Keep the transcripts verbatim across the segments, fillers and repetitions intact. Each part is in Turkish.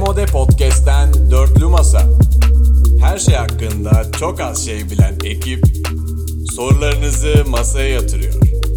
Demode Podcast'ten Dörtlü Masa. Her şey hakkında çok az şey bilen ekip sorularınızı masaya yatırıyor.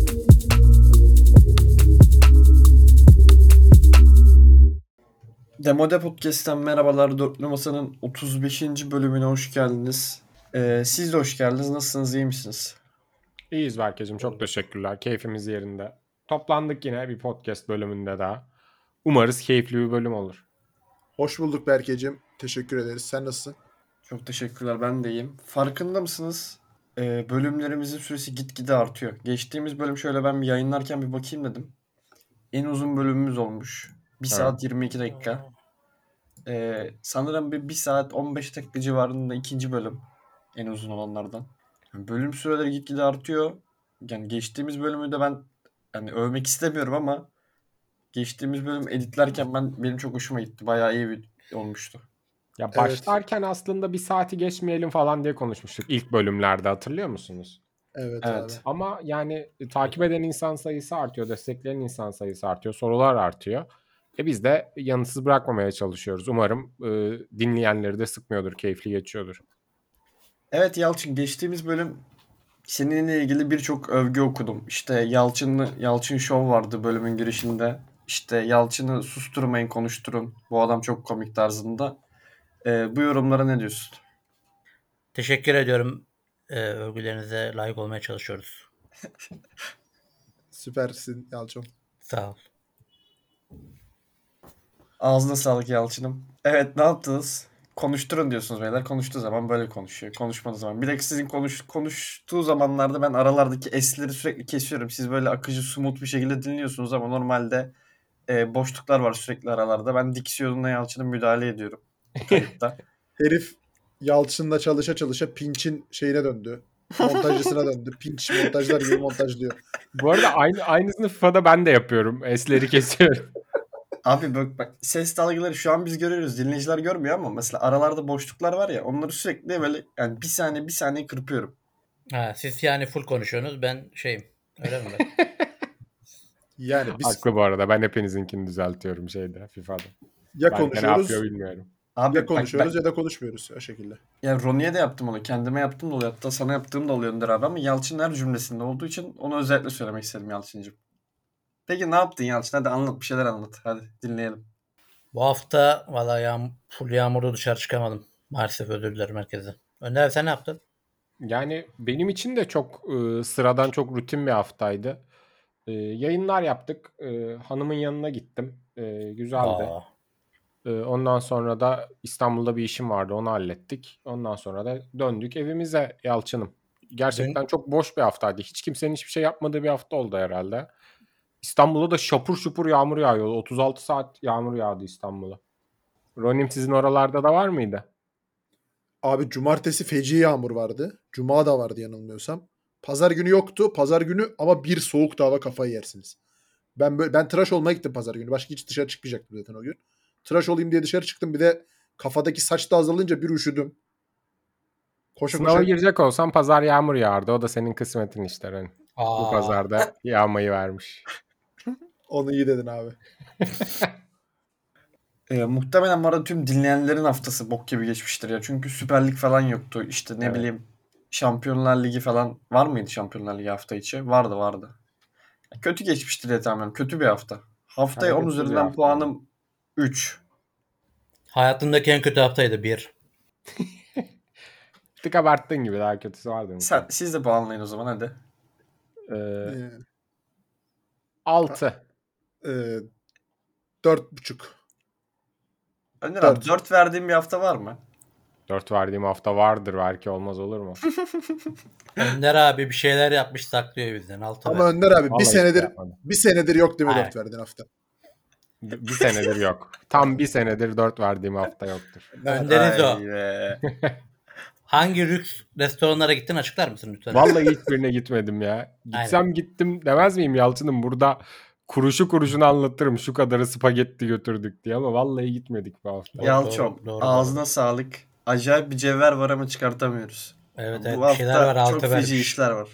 Demode Podcast'ten merhabalar. Dörtlü Masa'nın otuz beşinci bölümüne hoş geldiniz. Ee, siz de hoş geldiniz. Nasılsınız? İyi misiniz? İyiyiz Berkeciğim. Çok teşekkürler. Keyfimiz yerinde. Toplandık yine bir podcast bölümünde daha. Umarız keyifli bir bölüm olur. Hoş bulduk Berkeciğim. Teşekkür ederiz. Sen nasılsın? Çok teşekkürler. Ben de iyiyim. Farkında mısınız? Ee, bölümlerimizin süresi gitgide artıyor. Geçtiğimiz bölüm şöyle ben bir yayınlarken bir bakayım dedim. En uzun bölümümüz olmuş. bir Evet. saat yirmi iki dakika. Ee, sanırım bir, bir saat on beş dakika civarında ikinci bölüm. En uzun olanlardan. Yani bölüm süreleri gitgide artıyor. Yani geçtiğimiz bölümü de ben yani övmek istemiyorum ama geçtiğimiz bölüm editlerken ben benim çok hoşuma gitti. Bayağı iyi bir olmuştu. Ya Evet. başlarken aslında bir saati geçmeyelim falan diye konuşmuştuk ilk bölümlerde, hatırlıyor musunuz? Evet, Evet. abi. Ama yani e, takip eden insan sayısı artıyor, destekleyen insan sayısı artıyor, sorular artıyor. E biz de yanıtsız bırakmamaya çalışıyoruz. Umarım e, dinleyenleri de sıkmıyordur, keyifli geçiyordur. Evet Yalçın, geçtiğimiz bölüm seninle ilgili birçok övgü okudum. İşte Yalçın'lı Yalçın Show vardı bölümün girişinde. İşte Yalçın'ı susturmayın, konuşturun. Bu adam çok komik tarzında. Ee, bu yorumlara ne diyorsun? Teşekkür ediyorum. Ee, övgülerinize layık olmaya çalışıyoruz. Süpersin Yalçın. Sağ ol. Ağzına sağlık Yalçın'ım. Evet, ne yaptınız? Konuşturun diyorsunuz beyler. Konuştuğu zaman böyle konuşuyor. Konuşmadığı zaman. Bir de sizin konuş, konuştuğu zamanlarda ben aralardaki esleri sürekli kesiyorum. Siz böyle akıcı, smooth bir şekilde dinliyorsunuz ama normalde e, boşluklar var sürekli aralarda. Ben diksiyonuna Yalçın'a müdahale ediyorum. Kayıtta. Herif Yalçın'la çalışa çalışa Pinç'in şeyine döndü. Montajcısına döndü. Pinç montajlar gibi montajlıyor. Bu arada aynı aynısını FIFA'da ben de yapıyorum. Esleri kesiyorum. Abi bak, bak ses dalgaları şu an biz görüyoruz. Dinleyiciler görmüyor ama mesela aralarda boşluklar var ya, onları sürekli böyle yani bir saniye bir saniye kırpıyorum. Ha, siz yani full konuşuyorsunuz. Ben şeyim. Öyle mi? ben? Yani biz Haklı bu arada. Ben hepinizinkini düzeltiyorum şeyde, FIFA'da. ya Ben de ne konuşuyoruz yapıyor bilmiyorum. Abi ya bak konuşuyoruz ben, ya da konuşmuyoruz o şekilde. ya Ronnie'ye de yaptım onu. Kendime yaptım da oluyor. Hatta sana yaptığım da oluyor Önder abi ama Yalçın her cümlesinde olduğu için onu özellikle söylemek istedim Yalçıncığım. Peki ne yaptın Yalçın? Hadi anlat, bir şeyler anlat. Hadi dinleyelim. Bu hafta valla yağm full yağmurda dışarı çıkamadım. Maalesef özür dilerim herkese. Önder abi sen ne yaptın? Yani benim için de çok e, sıradan, çok rutin bir haftaydı. E, yayınlar yaptık. E, hanımın yanına gittim. E, güzeldi. Aa, E, ondan sonra da İstanbul'da bir işim vardı. Onu hallettik. Ondan sonra da döndük evimize Yalçın'ım. Gerçekten çok boş bir haftaydı. Hiç kimsenin hiçbir şey yapmadığı bir hafta oldu herhalde. İstanbul'da da şapur şupur yağmur yağıyor. otuz altı saat yağmur yağdı İstanbul'a. Ronim, sizin oralarda da var mıydı? Abi cumartesi feci yağmur vardı. Cuma da vardı yanılmıyorsam. Pazar günü yoktu. Pazar günü ama bir soğuk hava, kafayı yersiniz. Ben böyle, ben tıraş olmaya gittim pazar günü. Başka hiç dışarı çıkmayacaktım zaten o gün. Tıraş olayım diye dışarı çıktım. Bir de kafadaki saç da azalınca bir üşüdüm. Koşa Sınava koşa girecek olsan pazar yağmur yağardı. O da senin kısmetin işte. Ronim. Bu aa. pazarda yağmayı vermiş. onu iyi dedin abi. Ee, muhtemelen bu arada tüm dinleyenlerin haftası bok gibi geçmiştir ya. Çünkü Süper Lig falan yoktu. İşte ne Evet. bileyim Şampiyonlar Ligi falan var mıydı Şampiyonlar Ligi hafta içi? Vardı vardı. Kötü geçmiştir diye tahmin. Kötü bir hafta. Haftaya on Hareketli bir üzerinden hafta. puanım üç. Hayatımdaki en kötü haftaydı bir. Bir tık abarttığın gibi, daha kötüsü vardı. Sen, siz de puanlayın o zaman hadi. Ee, Ee, altı. e, dört buçuk. Önder abi Dört. dört verdiğim bir hafta var mı? dört verdiğim hafta vardır, belki olmaz olur mu? Önder abi bir şeyler yapmış saklıyor bizden. Altı Ama ver. Önder abi Vallahi bir hiç senedir yapmadım. bir senedir yok değil mi Hayır. dört verdin hafta? Bir, bir senedir yok. Tam bir senedir dört verdiğim hafta yoktur. Önderiniz o. Ay be. Hangi lüks restoranlara gittin açıklar mısın lütfen? Vallahi hiçbirine gitmedim ya. Gitsem gittim demez miyim Yalçın'ım? Burada kuruşu kuruşunu anlatırım. Şu kadarı spagetti götürdük diye, ama vallahi gitmedik bu hafta. Doğru, Yalçın doğru, doğru, ağzına sağlık. Acayip bir cevher var ama çıkartamıyoruz. Evet Bu evet bir hafta şeyler var çok altı feci vermiş. işler var.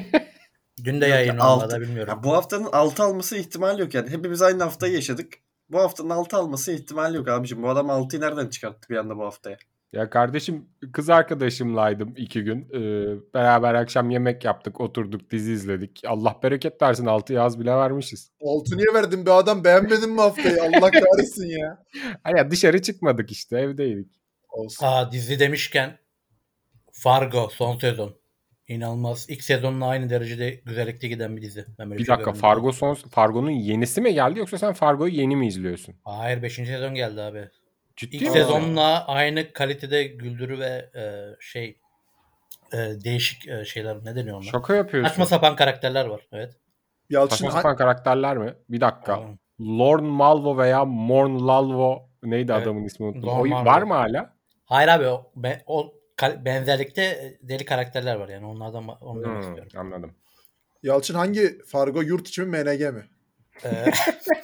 Dün de Yok ya, yayın altı. olmadı bilmiyorum. Ya bu haftanın altı alması ihtimali yok yani. Hepimiz aynı haftayı yaşadık. Bu haftanın altı alması ihtimali yok abicim. Bu adam altıyı nereden çıkarttı bir anda bu haftaya? Ya kardeşim kız arkadaşımlaydım iki gün. Ee, beraber akşam yemek yaptık, oturduk, dizi izledik. Allah bereket versin altı yaz bile vermişiz. Altı niye verdin be adam? Beğenmedin mi haftayı? Allah kahretsin ya. Hayır dışarı çıkmadık işte evdeydik. Olsun. Aa, dizi demişken Fargo son sezon. İnanılmaz. İlk sezonla aynı derecede güzellikte giden bir dizi. Ben böyle Bir şey dakika görmedim. Fargo son Fargo'nun yenisi mi geldi yoksa sen Fargo'yu yeni mi izliyorsun? Hayır, beşinci sezon geldi abi. Ciddi İlk mi? sezonla aynı kalitede güldürü ve e, şey e, değişik e, şeyler, ne deniyor onlar? Şaka yapıyorsun. Saçma sapan karakterler var. Evet. Yalçın Saçma ha- sapan karakterler mi? Bir dakika. Aynen. Lorne Malvo veya Morn Lalvo neydi Evet. adamın ismi unuttum. Lorne O Malvo. var mı hala? Hayır abi, o, be- o kal- benzerlikte deli karakterler var yani, onlardan ba- onu demek Hmm, istiyorum. anladım. Yalçın hangi Fargo, yurt içi mi M N G mi? Ee,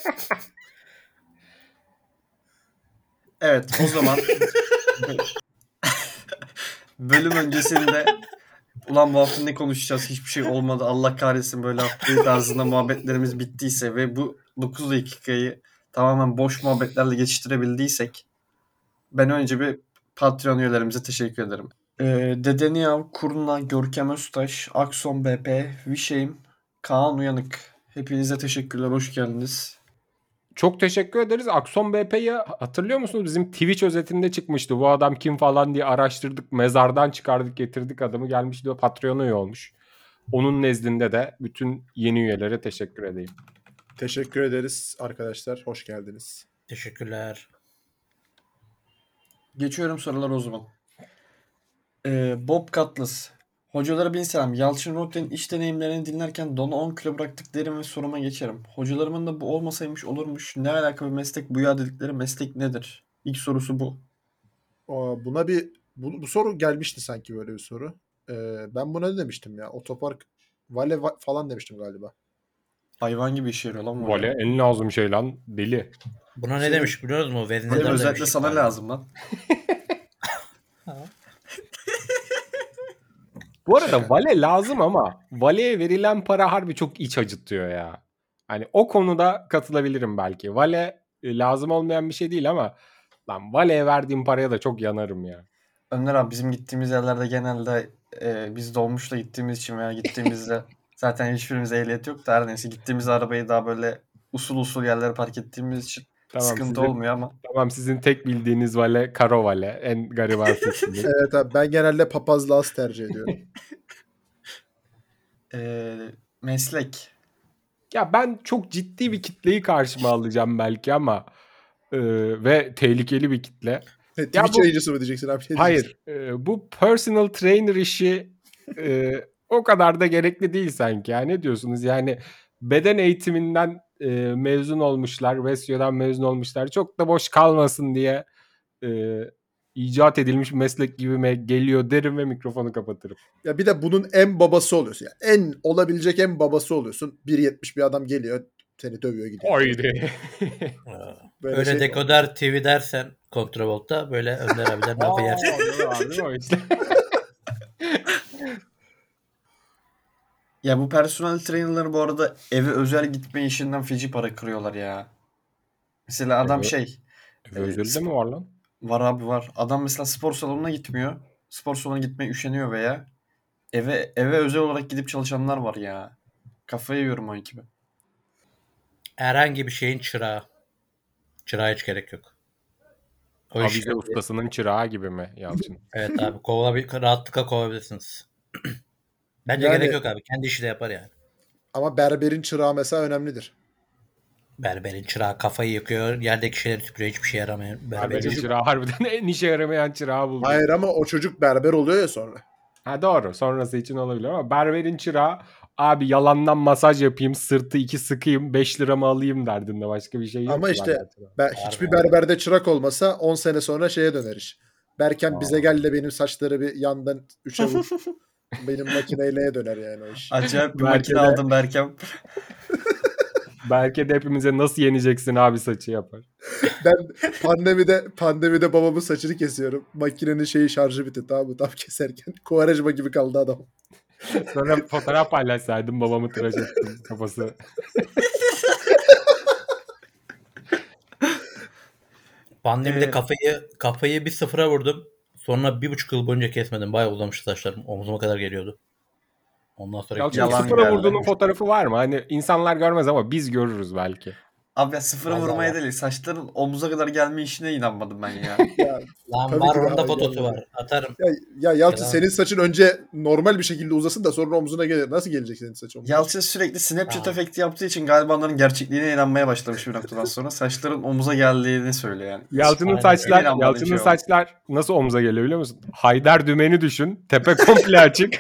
Evet o zaman bölüm öncesinde ulan bu hafta ne konuşacağız, hiçbir şey olmadı, Allah kahretsin böyle haftayı tarzında muhabbetlerimiz bittiyse ve bu dokuz dakikayı tamamen boş muhabbetlerle geçiştirebildiysek ben önce bir Patreon üyelerimize teşekkür ederim. Ee, Dedeniyav, Kurna, Görkem Öztaş, Akson B P, Vişeym, Kaan Uyanık. Hepinize teşekkürler, hoş geldiniz. Çok teşekkür ederiz. Akson B P'yi hatırlıyor musunuz? Bizim Twitch özetinde çıkmıştı. Bu adam kim falan diye araştırdık. Mezardan çıkardık getirdik adamı. Gelmişti ve Patreon üye olmuş. Onun nezdinde de bütün yeni üyelere teşekkür edeyim. Teşekkür ederiz arkadaşlar. Hoş geldiniz. Teşekkürler. Geçiyorum sorular o zaman. Ee, Bob Cutlass. Hocalara bin selam. Yalçın Rotten'in iş deneyimlerini dinlerken Don'u on kilo bıraktık derim ve soruma geçerim. Hocalarımın da bu olmasaymış olurmuş. Ne alaka bir meslek bu ya dedikleri meslek nedir? İlk sorusu bu. Aa, Buna bir bu, bu soru gelmişti sanki, böyle bir soru. Ee, ben buna ne demiştim ya? Otopark vale va- falan demiştim galiba. Hayvan gibi iş yarıyor lan bu. Vale en lazım şey lan. Deli. Buna ne Senin- demiş biliyor musun? Benim Veznedar özellikle demiştik sana galiba. lazım lan. Bu arada vale lazım ama valeye verilen para harbi çok iç acıtıyor ya. Hani o konuda katılabilirim belki. Vale e, lazım olmayan bir şey değil ama lan valeye verdiğim paraya da çok yanarım ya. Önder abi bizim gittiğimiz yerlerde genelde e, biz dolmuşla gittiğimiz için veya gittiğimizde zaten hiçbirimiz ehliyet yok da her neyse gittiğimiz arabayı daha böyle usul usul yerlere park ettiğimiz için Tamam, sıkıntı sizin- olmuyor ama Tamam sizin tek bildiğiniz vale karo vale. En gariban seçenek. Evet abi, ben genelde papazlı az tercih ediyorum. e, meslek. Ya ben çok ciddi bir kitleyi karşıma alacağım belki ama e, ve tehlikeli bir kitle. Ne, Twitch bu- yayıncısı mı diyeceksin abi? Ne diyeceksin? Hayır, e, bu personal trainer işi e, o kadar da gerekli değil sanki. Ya ne diyorsunuz? Yani beden eğitiminden e, mezun olmuşlar, Vesyo'dan mezun olmuşlar. Çok da boş kalmasın diye e, icat edilmiş meslek gibime geliyor derim ve mikrofonu kapatırım. Ya bir de bunun en babası oluyorsun. Yani en olabilecek en babası oluyorsun. bir yetmiş bir adam geliyor, seni dövüyor gidiyor. Haydi. Ee, Böyle Öyle şey- dekoder T V dersen Kontravolt'ta böyle Önder abiler lafı yer. Abi o işte. Ya bu personal trainer'ları bu arada eve özel gitme işinden feci para kırıyorlar ya. Mesela adam Eve- şey Eve özelde mi var lan? var abi var. Adam mesela spor salonuna gitmiyor. Spor salonuna gitmeye üşeniyor veya eve eve özel olarak gidip çalışanlar var ya. Kafayı yiyorum o ekibe. Herhangi bir şeyin çırağı. Çırağa hiç gerek yok. O iş, Avize ustasının çırağı gibi mi Yalçın? evet abi, kovalabil- rahatlıkla kovabilirsiniz. Bence Yani- gerek yok abi. Kendi işi de yapar yani. Ama berberin çırağı mesela önemlidir. Berberin çırağı kafayı yakıyor. Yerdeki şeyleri süpürüyor. Hiçbir şey yaramayan berberin. Berberin çocuk- çırağı harbiden en işe yaramayan çırağı buldum. Hayır, ama o çocuk berber oluyor ya sonra. Ha doğru. Sonrası için olabilir ama berberin çırağı abi yalandan masaj yapayım, sırtı iki sıkayım, beş liramı alayım derdinde başka bir şey yok. Ama ki işte- zaten. Ben, Harbi hiçbir abi. berberde çırak olmasa on sene sonra şeye döner iş. Berkem Aa. bize gel de benim saçları bir yandan üçe vur. Benim makineyle döner yani o iş. Acayip bir Belki makine de- aldım Berkem. Belki de hepimize nasıl yeneceksin abi saçı yapar. Ben pandemide pandemide babamın saçını kesiyorum. Makinenin şeyi şarjı bitti, tamam mı? Tam keserken Kuvarajma gibi kaldı adam. Sonra fotoğraf paylaşsaydım babamı tıraş ettim kafası. Pandemide Ee, kafayı kafayı bir sıfıra vurdum. Sonra bir buçuk yıl boyunca kesmedim. Bayağı uzamıştı saçlarım. Omzuma kadar geliyordu. Ondan sonra Yalçın'ın kestim. Yalan sıfıra geldi. vurduğunun fotoğrafı var mı? Hani insanlar görmez ama biz görürüz belki. Abi ya sıfıra Vallahi vurmaya var. değil. Saçların omuza kadar gelme işine inanmadım ben ya. Ya Lan tabii var ki de onun da hayır fotosu gelmedi. var. Atarım. Ya, ya Yalçın Yalan. senin saçın önce normal bir şekilde uzasın da sonra omzuna gelir. Nasıl gelecek senin saçın omzuna? Yalçın sürekli Snapchat Tamam. efekti yaptığı için galiba onların gerçekliğine inanmaya başlamış bir noktadan sonra. Saçların omuza geldiğini söylüyor yani. Yalçın'ın Aynen. saçlar, İnanmadığım Yalçın'ın şey oldu. saçlar nasıl omuza geliyor biliyor musun? Haydar dümeni düşün. Tepe komple açık.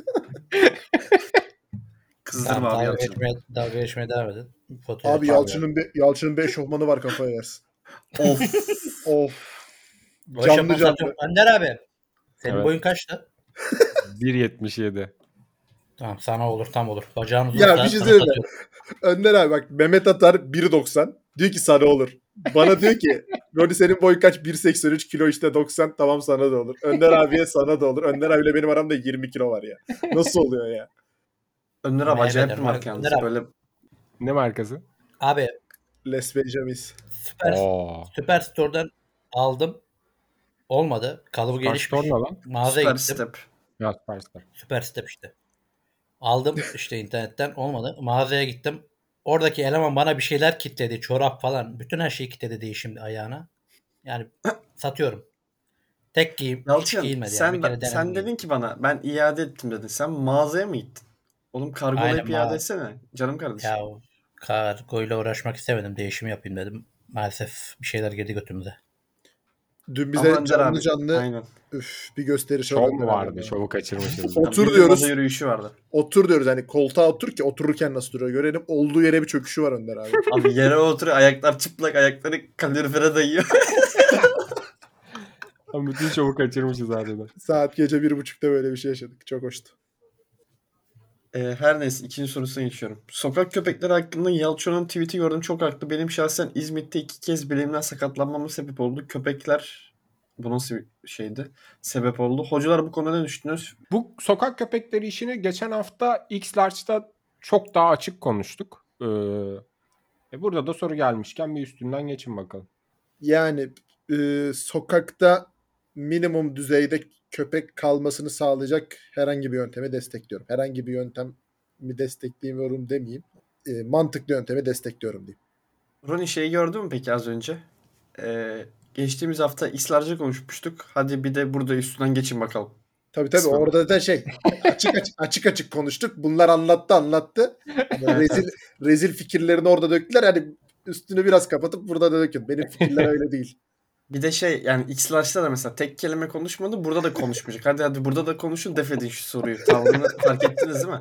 Kızdırma Tamam, abi dalga Yalçın. geçmeye, dalga geçmeye devam edin. Fotoğraf Abi çekiyorum. Yalçın'ın bir Yalçın'ın bir eşofmanı var kafaya yersin. Of. Of. O Canlı şapka canlı. satıyorum. Önder abi. Senin Evet. boyun kaçtı? bir yetmiş yedi. Tamam, sana olur, tam olur. Bacağın Ya uzunsa bir şey sana söyleyeyim mi? satıyorum. Önder abi bak Mehmet Atar bir doksan. Diyor ki sana olur. Bana diyor ki Roni senin boyun kaç? bir seksen üç kilo işte doksan, tamam sana da olur. Önder abiye sana da olur. Önder abiyle benim aramda yirmi kilo var ya. Nasıl oluyor ya? Önder abi Meyve acayip bir derim marka abi. yalnız. Önder abi. Böyle Ne markası? Abi Les Benjamins. Süper, Oo. Superstore'dan aldım. Olmadı. Kalıbı gelişmiş. Superstore ne lan? süper Mağazaya gittim. step. Ya Superstore. Superstep işte. Aldım işte internetten, olmadı. Mağazaya gittim. Oradaki eleman bana bir şeyler kitledi. Çorap falan. Bütün her şeyi kitledi değişim ayağına. Yani satıyorum. Tek giyim hiç Yalçın giyilmedi yani. Bir sen kere denedim sen giydim. dedin ki bana ben iade ettim dedin. Sen mağazaya mı gittin? Oğlum kargolayıp Aynen, iade ma etsene. Canım kardeşim. ya kargoyla uğraşmak istemedim. Değişim yapayım dedim. Maalesef bir şeyler girdi götümüze. Dün Ama bize Önder canlı abi. canlı Aynen. üf, bir gösteri Şov şov mu Önder abi vardı? ya. Şovu kaçırmışız. O- Otur Bir diyoruz. masa yürüyüşü vardı. Otur diyoruz hani koltuğa otur ki otururken nasıl duruyor görelim. Olduğu yere bir çöküşü var Önder abi. Abi yere oturuyor. Ayaklar çıplak. Ayakları kalorifere dayıyor. Ama bütün şovu kaçırmışız zaten. Saat gece bir buçukta böyle bir şey yaşadık. Çok hoştu. Ee, her neyse ikinci sorusuna geçiyorum. Sokak köpekleri hakkında Yalçın'ın tweet'i gördüm. Çok haklı. Benim şahsen İzmit'te iki kez bilimden sakatlanmama sebep oldu. Köpekler bu nasıl bir şeydi? Sebep oldu. Hocalar bu konuda ne düşünüyorsunuz? Bu sokak köpekleri işini geçen hafta X-Large'da çok daha açık konuştuk. Ee, e burada da soru gelmişken bir üstünden geçin bakalım. Yani e, sokakta minimum düzeyde köpek kalmasını sağlayacak herhangi bir yöntemi destekliyorum. Herhangi bir yöntemi desteklemiyorum demeyeyim. E, mantıklı yöntemi destekliyorum diyeyim. Ronnie şeyi gördün mü peki az önce? Ee, geçtiğimiz hafta X'larca konuşmuştuk. Hadi bir de burada üstünden geçin bakalım. Tabii tabii Kısmen. orada da şey açık açık açık açık konuştuk. Bunlar anlattı anlattı. Evet, rezil evet. rezil fikirlerini orada döktüler. Hani üstünü biraz kapatıp burada da dökün. Benim fikirler öyle değil. Bir de şey yani X'larç'ta da mesela tek kelime konuşmadı. Burada da konuşmayacak. Hadi hadi burada da konuşun def edin şu soruyu. Tavrını fark ettiniz değil mi?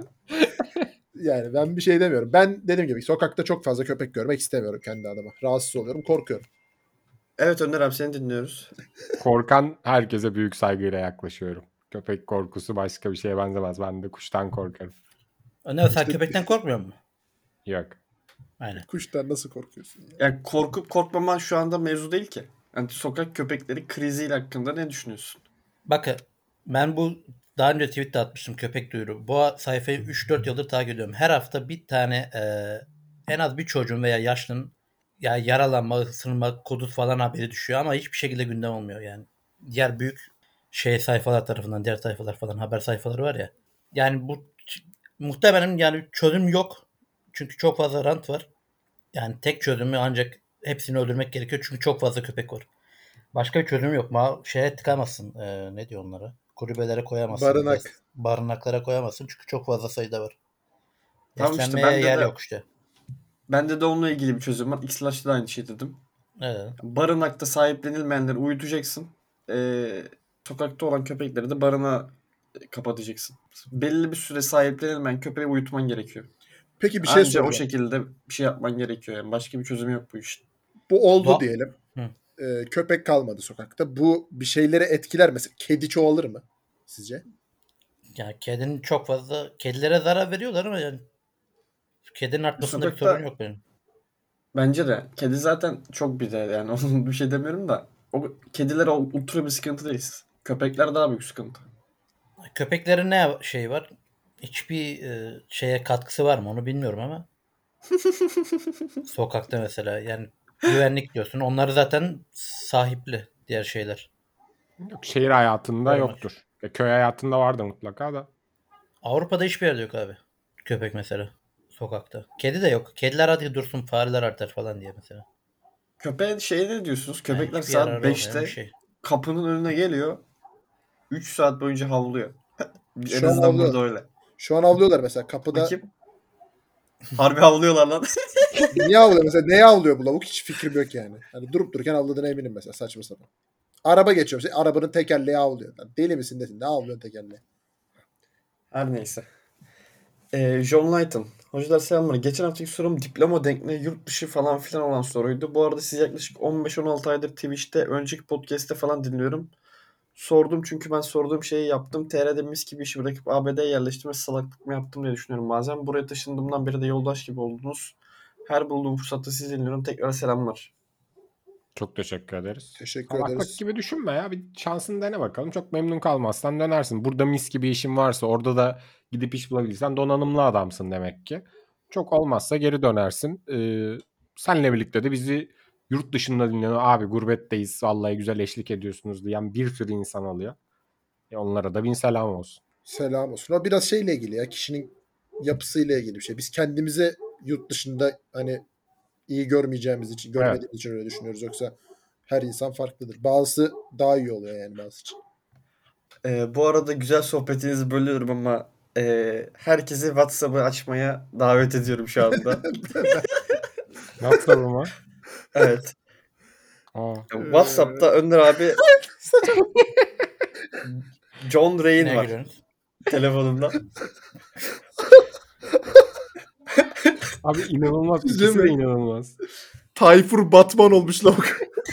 Yani ben bir şey demiyorum. Ben dediğim gibi sokakta çok fazla köpek görmek istemiyorum kendi adıma. Rahatsız oluyorum, korkuyorum. Evet Önder abi seni dinliyoruz. Korkan herkese büyük saygıyla yaklaşıyorum. Köpek korkusu başka bir şeye benzemez. Ben de kuştan korkarım. Önder sen İşte- köpekten korkmuyor musun? Yok. Aynen. Kuştan nasıl korkuyorsun ya? Yani korkup korkmaman şu anda mevzu değil ki. Yani sokak köpekleri kriziyle hakkında ne düşünüyorsun? Bakın ben bu daha önce tweet de atmıştım, köpek duyuru. Bu sayfayı üç dört yıldır takip ediyorum. Her hafta bir tane e, en az bir çocuğun veya yaşlının ya yaralanma, ısırma, kuduz falan haberi düşüyor ama hiçbir şekilde gündem olmuyor yani. Diğer büyük şey sayfalar tarafından, diğer sayfalar falan, haber sayfaları var ya. Yani bu muhtemelen yani çözüm yok. Çünkü çok fazla rant var. Yani tek çözümü ancak hepsini öldürmek gerekiyor çünkü çok fazla köpek var. Başka bir çözüm yok. Ma şeye tıkamazsın. Ee, ne diyor onlara? Kulübelere koyamazsın. Barınak. Bes- Barınaklara koyamazsın çünkü çok fazla sayıda var. Tamam işte, Beslenmeye bende yer de- yok işte. Bende de onunla ilgili bir çözüm var. X'larç'ta da aynı şey dedim. Evet. Barınakta sahiplenilmeyenleri uyutacaksın. Ee, sokakta olan köpekleri de barınağa kapatacaksın. Belli bir süre sahiplenilmeyen köpeği uyutman gerekiyor. Peki bir şey Anca soracağım. o şekilde bir şey yapman gerekiyor. Yani başka bir çözüm yok bu işin. Bu oldu Do- diyelim. Hı. Ee, köpek kalmadı sokakta. Bu bir şeyleri etkiler mesela. Kedi çoğalır mı sizce? Yani kedinin çok fazla kedilere zarar veriyorlar ama yani kedinin artmasında bir Sokakta- sorun yok benim. Bence de. Kedi zaten çok bir de yani onun bir şey demiyorum da. O kediler o ultra bir sıkıntı değil. Köpekler daha büyük sıkıntı. Köpeklerin ne şey var? Hiçbir e, şeye katkısı var mı onu bilmiyorum ama. Sokakta mesela yani güvenlik diyorsun. Onları zaten sahipli diğer şeyler. Yok, şehir hayatında Doğru. yoktur. E, köy hayatında vardır mutlaka da. Avrupa'da hiçbir yerde yok abi. Köpek mesela. Sokakta. Kedi de yok. Kediler hadi dursun, fareler artar falan diye mesela. Köpeğin şeyi ne diyorsunuz? Yani Köpekler hiçbir saat yararı olmayan bir beşte şey. kapının önüne geliyor. üç saat boyunca havlıyor. en Şu an azından burada havlıyor. öyle. Şu an avlıyorlar mesela kapıda. Bakayım. Harbi havlıyorlar lan. Niye avlıyor mesela? Neye avlıyor bu lavuk? Hiç fikrim yok yani. Hani durup dururken avladığına eminim mesela, saçma sapan. Araba geçiyor mesela. Arabanın tekerleği avlıyor. Lan deli misin desin. Ne avlıyorsun tekerleği? Her neyse. Ee, John Lighton. Hocalar selamlar. Geçen haftaki sorum diploma denkliği yurt dışı falan filan olan soruydu. Bu arada siz yaklaşık on beş on altı aydır Twitch'te, önceki podcast'te falan dinliyorum. Sordum çünkü ben sorduğum şeyi yaptım. T R'de mis gibi işi bırakıp A B D'ye yerleştim ve salaklık mı yaptım diye düşünüyorum bazen. Buraya taşındığımdan beri de yoldaş gibi oldunuz. Her bulduğum fırsatta sizi dinliyorum. Tekrar selamlar. Çok teşekkür ederiz. Teşekkür Salaklık ederiz. gibi düşünme ya. Bir şansını dene bakalım. Çok memnun kalmazsan dönersin. Burada mis gibi işin varsa, orada da gidip iş bulabilirsen donanımlı adamsın demek ki. Çok olmazsa geri dönersin. Ee, senle birlikte de bizi yurt dışında dinleyen, abi gurbetteyiz vallahi güzel eşlik ediyorsunuz diyen bir sürü insan alıyor. E onlara da bin selam olsun. Selam olsun. O biraz şeyle ilgili ya. Kişinin yapısıyla ilgili bir şey. Biz kendimize yurt dışında hani iyi görmeyeceğimiz için, görmediğimiz Evet. için öyle düşünüyoruz. Yoksa her insan farklıdır. Bazısı daha iyi oluyor yani bazı için. Ee, bu arada güzel sohbetinizi bölüyorum ama e, herkesi WhatsApp'ı açmaya davet ediyorum şu anda. Nasıl mı? Evet. Aa. WhatsApp'ta Önder abi John Ray'in Neye var giriyorsunuz? telefonumda. Abi inanılmaz. Güzel İkisi de mi? inanılmaz. Tayfur Batman olmuş lavuk.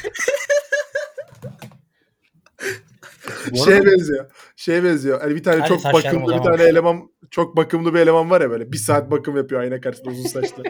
Bu Şeye arada benziyor. Şeye benziyor. Hani bir tane Hadi çok saçlarım bakımlı bir uzamamış. tane eleman, çok bakımlı bir eleman var ya böyle. Bir saat bakım yapıyor ayna karşısında uzun saçlı.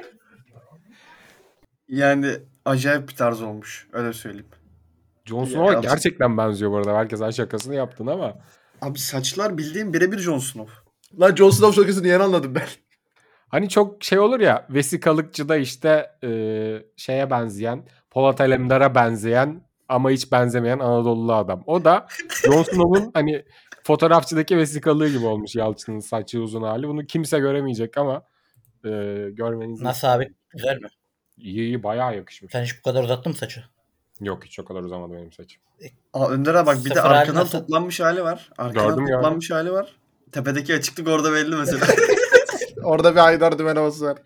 Yani acayip bir tarz olmuş. Öyle söyleyeyim. Jon Ya, Snow'a Yalçın. gerçekten benziyor bu arada. Herkes aynı şakasını yaptın ama. Abi saçlar bildiğin birebir Jon Snow. Lan Jon Snow şakasını yeni anladım ben. Hani çok şey olur ya, vesikalıkçıda işte e, şeye benzeyen, Polat Alemdar'a benzeyen ama hiç benzemeyen Anadolu'lu adam. O da Jon Snow'un hani fotoğrafçıdaki vesikalığı gibi olmuş Yalçın'ın saçı uzun hali. Bunu kimse göremeyecek ama e, görmenizi Nasıl isterim. abi? Güzel mi? İyi iyi bayağı yakışmış. Sen hiç bu kadar uzattın mı saçı? Yok hiç o kadar uzamadı benim saçım. Aa Önder abi bak bir de Sıfır hali arkadan nasıl? toplanmış hali var. Arkadan Gördüm, gördüm. toplanmış hali var. Tepedeki açıklık orada belli mesela. Orada bir Haydar Dümen havası var.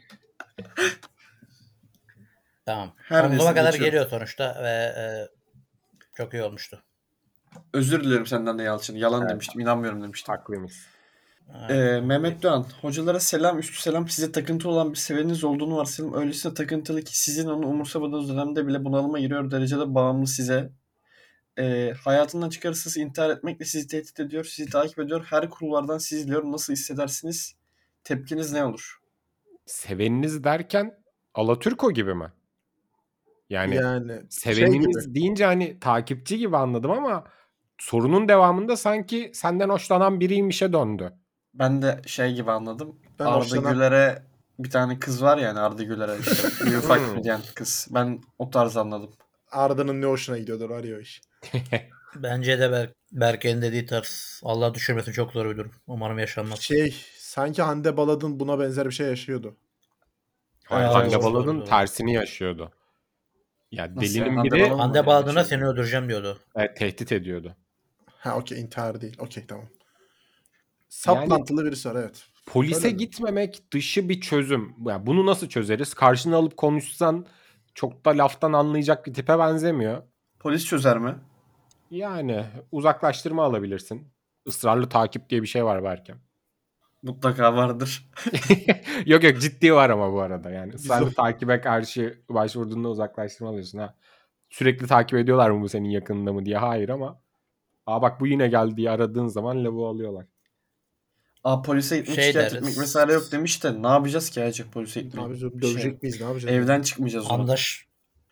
Tamam. Her Omzuma neyse, kadar geçiyorum. geliyor sonuçta ve e, çok iyi olmuştu. Özür diliyorum senden de Yalçın. Yalan Evet. demiştim. İnanmıyorum demiştim. Haklıymış. Ee, Mehmet Doğan. Hocalara selam, üstü selam. Size takıntı olan bir seveniniz olduğunu varsayalım. Öylesine takıntılı ki sizin onu umursamadığınız dönemde bile bunalıma giriyor derecede bağımlı size. Ee, hayatından çıkarırsız intihar etmekle sizi tehdit ediyor. Sizi takip ediyor. Her kulvardan sizi izliyor. Nasıl hissedersiniz? Tepkiniz ne olur? Seveniniz derken Alaturko gibi mi? Yani Yani şey seveniniz gibi. deyince hani takipçi gibi anladım ama sorunun devamında sanki senden hoşlanan biriymişe döndü. Ben de şey gibi anladım. Ben Arda hoşlanan- Güler'e bir tane kız var yani Arda Güler'e işte. Bir ufak bir diyen kız. Ben o tarz anladım. Arda'nın ne hoşuna gidiyordur arıyor iş. Bence de Ber Berke'nin dediği tarz. Allah düşürmesin, çok zor bir durum. Umarım yaşanmaz. Şey sanki Hande Baladın buna benzer bir şey yaşıyordu. Hayır, Aa, Hande doğru, Baladın doğru. tersini yaşıyordu. Ya Nasıl delinin ya? Hande biri Baladın mı? Hande Yani bağladığına şey- seni öldüreceğim diyordu. evet, tehdit ediyordu. Ha okey, intihar değil. Okey tamam. Saplantılı birisi var evet. Polise Öyle mi? gitmemek dışı bir çözüm. Yani bunu nasıl çözeriz? Karşına alıp konuşsan çok da laftan anlayacak bir tipe benzemiyor. Polis çözer mi? Yani uzaklaştırma alabilirsin. Israrlı takip diye bir şey var belki. Mutlaka vardır. Yok yok, ciddi var ama bu arada yani. Biz Israrlı o- takibe karşı başvurduğunda uzaklaştırma alıyorsun ha. Sürekli takip ediyorlar mı bu senin yakınında mı diye, hayır ama aa bak bu yine geldi diye aradığın zaman lavuğu alıyorlar. Aa polise gitmek, Şey şikayet deriz. etmek vesaire yok demiş de ne yapacağız ki acaba polise Ne gitmek? yapacağız? Bir Dövecek şey. miyiz? Ne yapacağız? Evden çıkmayacağız sonra. Andaş.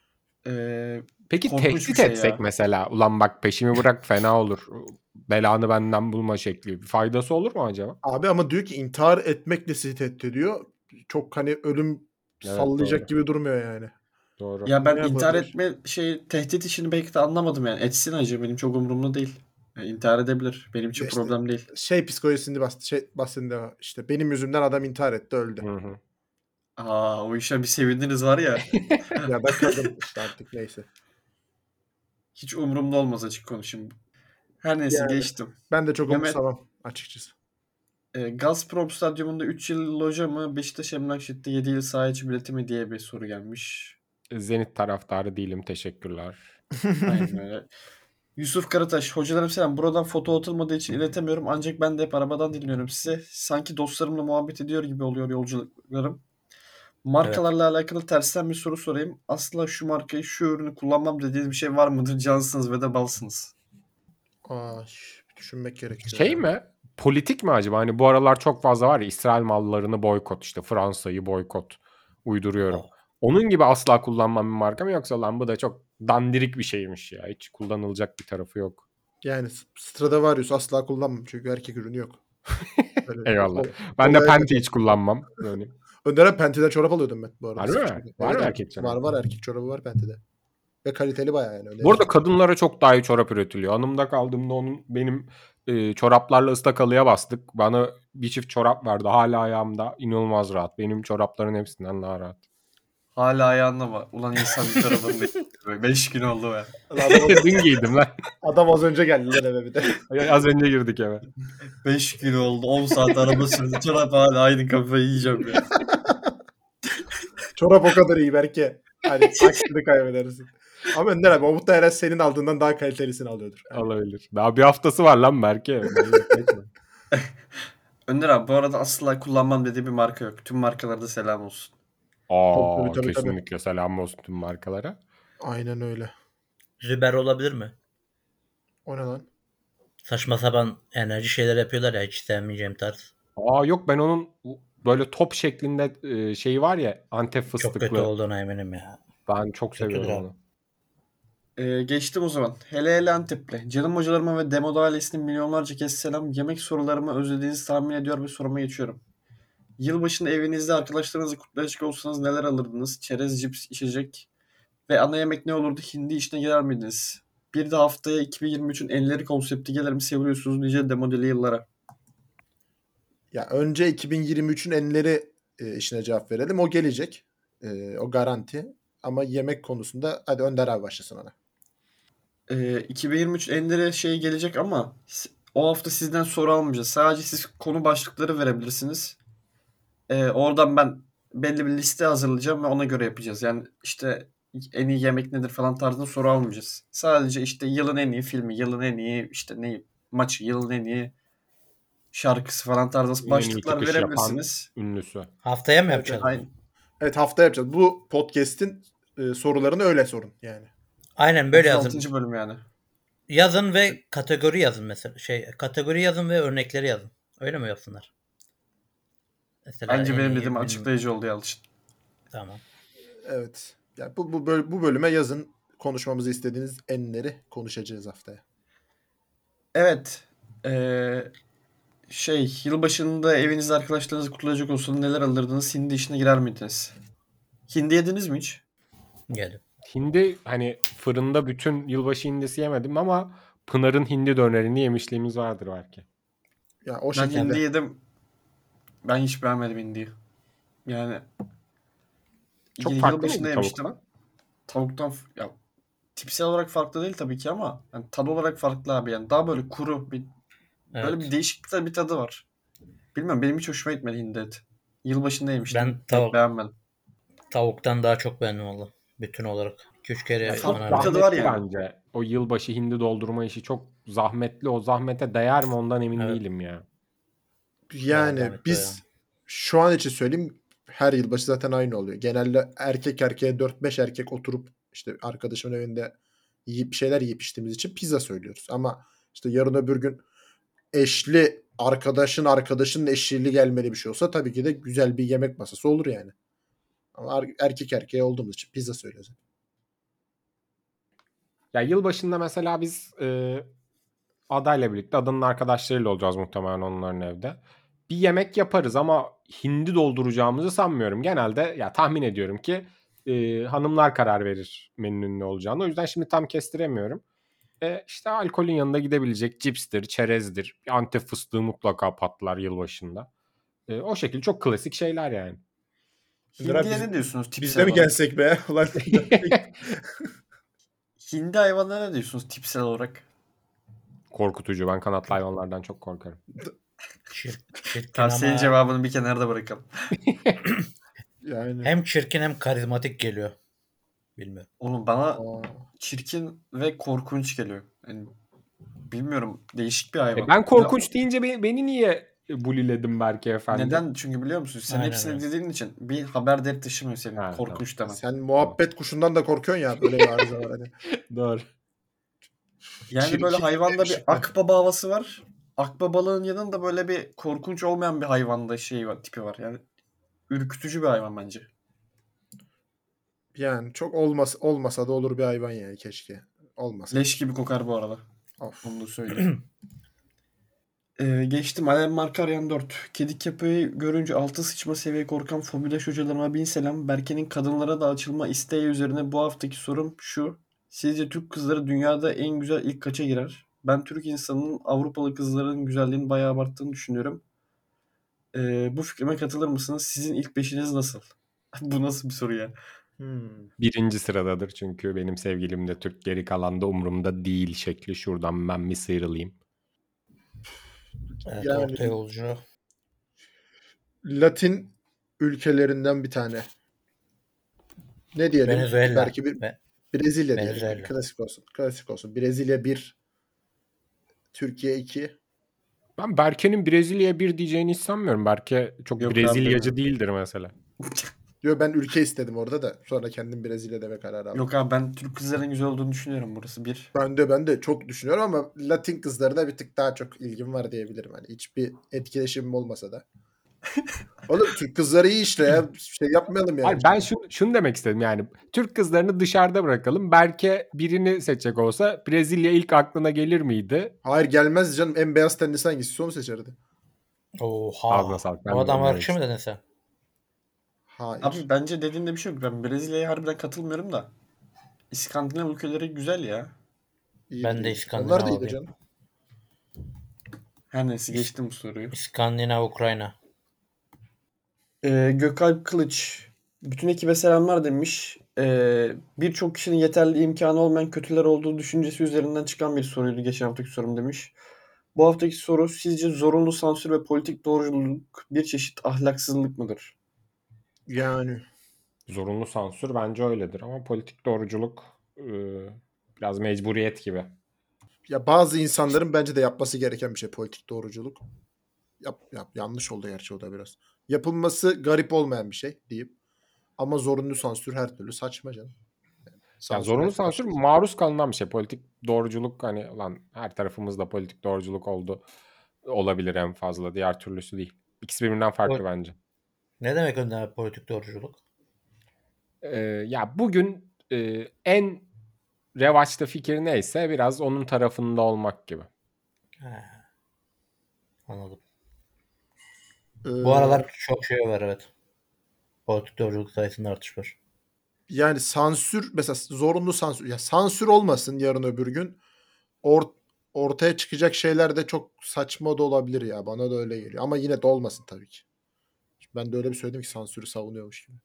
Ee, Peki Korkunç bir tehdit şey etsek ya. mesela, ulan bak peşimi bırak fena olur. Belanı benden bulma şekli. Bir faydası olur mu acaba? Abi ama diyor ki intihar etmekle sizi tehdit ediyor. Çok hani ölüm Evet, sallayacak doğru. gibi durmuyor yani. Doğru. Ya ben Ne intihar yapabilir? etme şey tehdit işini belki de anlamadım yani. Etsin acı benim çok umurumda değil. Yani intihar edebilir. Benim için Ya işte problem değil. şey psikolojisini bas şey bahsedinde işte benim yüzümden adam intihar etti öldü. Hı hı. Aa o işe bir sevindiniz var ya. Ya da kadın işte artık neyse. Hiç umurumda olmaz açık konuşayım. Her neyse Yani geçtim. ben de çok Mehmet umursamam açıkçası. e, Gazprom Stadyumunda üç yıl loja mı Beşiktaş Emlakşehir'de yedi yıl saha içi bileti mi diye bir soru gelmiş. Zenit taraftarı değilim. Teşekkürler. Aynen öyle. Yusuf Karataş, hocalarım selam. Buradan foto atılmadığı için iletemiyorum. Ancak ben de hep arabadan dinliyorum size. Sanki dostlarımla muhabbet ediyor gibi oluyor yolculuklarım. Markalarla alakalı tersten bir soru sorayım. Asla şu markayı, şu ürünü kullanmam dediğiniz bir şey var mıdır? Cansınız ve de balsınız. Aa, şş, bir düşünmek gerekiyor Şey ya. mi? Politik mi acaba? Hani bu aralar çok fazla var ya, İsrail mallarını boykot, işte Fransa'yı boykot uyduruyorum. Oh. Onun gibi asla kullanmam bir marka mı, yoksa lan bu da çok dandirik bir şeymiş ya. Hiç kullanılacak bir tarafı yok. Yani Stradivarius asla kullanmam çünkü erkek ürünü yok. Böyle Eyvallah. ol- Ben de olaya Penti kadar. hiç kullanmam. Yani. Önderen Penti'den çorap alıyordum ben bu arada. Harbi mi? sıkıştırdım. Var Evet, mı evet. erkek Var çorabı? var erkek çorabı var Penti'de. Ve kaliteli bayağı yani. Öyle Bu arada değil. kadınlara çok daha iyi çorap üretiliyor. Hanımda kaldığımda onun benim e, çoraplarla ıstakalıya bastık. Bana bir çift çorap verdi. Hala ayağımda. İnanılmaz rahat. Benim çorapların hepsinden daha rahat. Hala ayağında mı? Ulan insan bir çorabını değil. Beş gün oldu be. Adam, az- Dün giydim lan. adam az önce geldiler eve bir de. Az önce girdik eve. Beş gün oldu. On saat araba sürdü. Çorap hala aynı kafayı yiyeceğim ya. Çorap o kadar iyi belki. Hani aksini kaybedersin. Ama Önder abi o muhtemelen senin aldığından daha kalitelisini alıyordur. Yani Olabilir. Daha bir haftası var lan Berke. Önder abi bu arada asla kullanmam dediği bir marka yok. Tüm markalarda selam olsun. Aa, Tabii, tabii, tabii. kesinlikle selam olsun tüm markalara. aynen öyle. Züber olabilir mi? O ne lan? Saçma sapan enerji şeyler yapıyorlar ya, hiç sevmeyeceğim tarz. Aa yok, ben onun böyle top şeklinde e, şeyi var ya, Antep Çok kötü fıstıklı. olduğuna eminim ya. Ben çok Kötüdür seviyorum abi. onu. Ee, geçtim o zaman. Hele hele Antep'le. Canım hocalarıma ve Demoda ailesinin milyonlarca kez selam. Yemek sorularımı özlediğinizi tahmin ediyor ve soruma geçiyorum. Yılbaşında evinizde arkadaşlarınızla kutlayacak olsanız neler alırdınız? Çerez, cips, içecek ve ana yemek ne olurdu? Hindi işine girer miydiniz? Bir de haftaya iki bin yirmi üçün enleri konsepti gelir mi? Seviyorsunuz nice demodeli yıllara. Ya önce iki bin yirmi üçün enleri e, işine cevap verelim. O gelecek. E, o garanti. Ama yemek konusunda hadi Önder abi başlasın ona. Ee, iki bin yirmi üç enlere şey gelecek ama s- o hafta sizden soru almayacağız. Sadece siz konu başlıkları verebilirsiniz. Ee, oradan ben belli bir liste hazırlayacağım ve ona göre yapacağız. Yani işte en iyi yemek nedir falan tarzında soru almayacağız. Sadece işte yılın en iyi filmi, yılın en iyi işte ne maçı, yılın en iyi şarkısı falan tarzında En iyi başlıklar çıkış yapan verebilirsiniz. ünlüsü. Haftaya mı Evet, yapacağız Aynen. bunu? Evet hafta yapacağız. Bu podcast'in e, sorularını öyle sorun yani. Aynen böyle otuz yazın. altıncı bölüm yani. Yazın ve kategori yazın mesela. Şey, kategori yazın ve örnekleri yazın. Öyle mi yapsınlar? Mesela Bence en benim iyi dediğim bilmem- açıklayıcı oldu Yalçın. Tamam. Evet. Ya bu, bu, böl- bu bölüme yazın konuşmamızı istediğiniz enleri konuşacağız haftaya. Evet. Ee, şey yılbaşında evinizde arkadaşlarınızla kutlayacak olsanız neler alırdınız? Hindi işine girer miydiniz? Hindi yediniz mi hiç? Geldim. Hindi, hani fırında bütün yılbaşı hindisi yemedim ama Pınar'ın hindi dönerini yemişliğimiz vardır belki. Ya o Ben şekilde. hindi yedim. Ben hiç beğenmedim hindiyi. Yani Çok y- farklı yılbaşında mıydı yemiştim. tavuktan? Tavuktan f- ya tipsel olarak farklı değil tabii ki ama yani tadı olarak farklı abi. Yani daha böyle kuru bir böyle Evet. bir değişik bir tadı var. Bilmiyorum benim hiç hoşuma gitmedi hindi eti. Yılbaşında yemiştim. Ben Pek tavuk, beğenmedim. tavuktan daha çok beğendim valla. Bütün olarak. iki üç kere Ya Farklı çok bana bir tadı var zahmetli yani. bence. O yılbaşı hindi doldurma işi çok zahmetli. O zahmete değer mi, ondan emin Evet. değilim ya. Yani zahmetli o biz şu an için söyleyeyim her yılbaşı zaten aynı oluyor. Genelde erkek erkeğe dört beş erkek oturup işte arkadaşımın evinde yiyip bir şeyler yiyip içtiğimiz için pizza söylüyoruz. Ama işte yarın öbür gün eşli arkadaşın arkadaşının eşliği gelmeli bir şey olsa tabii ki de güzel bir yemek masası olur yani. Ama er- erkek erkeğe olduğumuz için pizza söylüyoruz. Ya yılbaşında mesela biz e, adayla birlikte adanın arkadaşlarıyla olacağız muhtemelen onların evde. Bir yemek yaparız ama hindi dolduracağımızı sanmıyorum. Genelde ya tahmin ediyorum ki e, hanımlar karar verir menünün ne olacağını. O yüzden şimdi tam kestiremiyorum. E, işte alkolün yanında gidebilecek cipstir, çerezdir. Bir Antep fıstığı mutlaka patlar yılbaşında. E, o şekilde çok klasik şeyler yani. Önder abi Hindiye biz, ne diyorsunuz biz tipsel de mi olarak? gelsek be? Ulan Hindi hayvanlara ne diyorsunuz tipsel olarak? Korkutucu. Ben kanatlı hayvanlardan çok korkarım. Çir, çirkin Tavsiyenin ama cevabını bir kenarda bırakalım. yani. hem çirkin hem karizmatik geliyor. Bilmiyorum. Oğlum bana Aa. çirkin ve korkunç geliyor. Yani bilmiyorum, değişik bir hayvan. E ben korkunç deyince be- beni niye buliledin Berke efendi? Neden? Çünkü biliyor musun? Sen Aynen hepsini öyle. dediğin için bir haber değeri taşımıyor senin Ha, korkunç demen. Sen muhabbet kuşundan da korkuyorsun ya. Böyle bir arıza var hani. Doğru. Yani Çirkin böyle hayvanda bir demiş. akbaba havası var. Akbabalığın yanında böyle bir korkunç olmayan bir hayvanda şey var, tipi var. Yani ürkütücü bir hayvan bence. Yani çok olmasa, olmasa da olur bir hayvan yani keşke. Olmasa. Leş gibi kokar bu arada. Of. Onu da söyleyeyim. Ee, geçtim. Alem Markaryan dört. Kedi köpeği görünce altı sıçma seviye korkan fobidaş hocalarıma bin selam. Berke'nin kadınlara da açılma isteği üzerine bu haftaki sorum şu. Sizce Türk kızları dünyada en güzel ilk kaça girer? Ben Türk insanının Avrupalı kızların güzelliğini bayağı abarttığını düşünüyorum. Ee, bu fikrime katılır mısınız? Sizin ilk beşiniz nasıl? Bu nasıl bir soru ya? Hmm. Birinci sıradadır çünkü benim sevgilim de Türk, geri kalan da umurumda değil şekli. Şuradan ben mi sıyrılayım? Evet, Yani- orta yolcu. Latin ülkelerinden bir tane. Ne diyelim? Venezuela. Belki bir Ve- Brezilya diyelim. Venezuela. Klasik olsun. Klasik olsun. Brezilya bir, Türkiye iki. Ben Berke'nin Brezilya bir diyeceğini hiç sanmıyorum. Berke çok Yok Brezilyacı abi. değildir mesela. Diyor ben ülke istedim orada da. Sonra kendim Brezilya deme kararı aldım. Yok abi, ben Türk kızların güzel olduğunu düşünüyorum, burası bir. Ben de ben de çok düşünüyorum ama Latin kızlarına bir tık daha çok ilgim var diyebilirim. Hani hiçbir etkileşimim olmasa da. Oğlum Türk kızları iyi işte ya. Şey yapmayalım yani. Hayır, ben şunu, şunu demek istedim yani. Türk kızlarını dışarıda bırakalım. Berke birini seçecek olsa Brezilya ilk aklına gelir miydi? Hayır gelmez canım. En beyaz tenlisi hangisi? Onu seçerdi. Oha. Ağzına sağlık, ben O de adam onu demek ırkçı mı dedin sen? Hayır. Abi bence dediğinde bir şey yok. Ben Brezilya'ya harbiden katılmıyorum da. İskandinav ülkeleri güzel ya. İyi Ben de değil. İskandinav Onlar da iyi de abiyim. canım. Her neyse, geçtim bu soruyu. İskandinav, Ukrayna. Ee, Gökalp Kılıç. Bütün ekibe selamlar demiş. Ee, Birçok kişinin yeterli imkanı olmayan kötüler olduğu düşüncesi üzerinden çıkan bir soruydu geçen haftaki sorum demiş. Bu haftaki soru, sizce zorunlu sansür ve politik doğruculuk bir çeşit ahlaksızlık mıdır? Yani. Zorunlu sansür bence öyledir ama politik doğruculuk e, biraz mecburiyet gibi. Ya bazı insanların bence de yapması gereken bir şey politik doğruculuk. Yap, yap, yanlış oldu gerçi o da biraz. Yapılması garip olmayan bir şey diyeyim. Ama zorunlu sansür her türlü saçma canım. Yani Sansür zorunlu her sansür türlü- maruz kalınan bir şey. Politik doğruculuk hani lan her tarafımızda politik doğruculuk oldu olabilir en fazla. Diğer türlüsü değil. İkisi birbirinden farklı O- bence. Ne demek önden politik doğruculuk? Ee, ya bugün e, en revaçta fikir neyse biraz onun tarafında olmak gibi. He. Anladım. Ee, Bu aralar çok şey var, evet. Politik doğruculuk sayısında artış var. Yani sansür mesela zorunlu sansür. Ya sansür olmasın yarın öbür gün. Or- ortaya çıkacak şeyler de çok saçma da olabilir ya. Bana da öyle geliyor. Ama yine de olmasın tabii ki. Ben de öyle bir söyledim ki sansürü savunuyormuş gibi.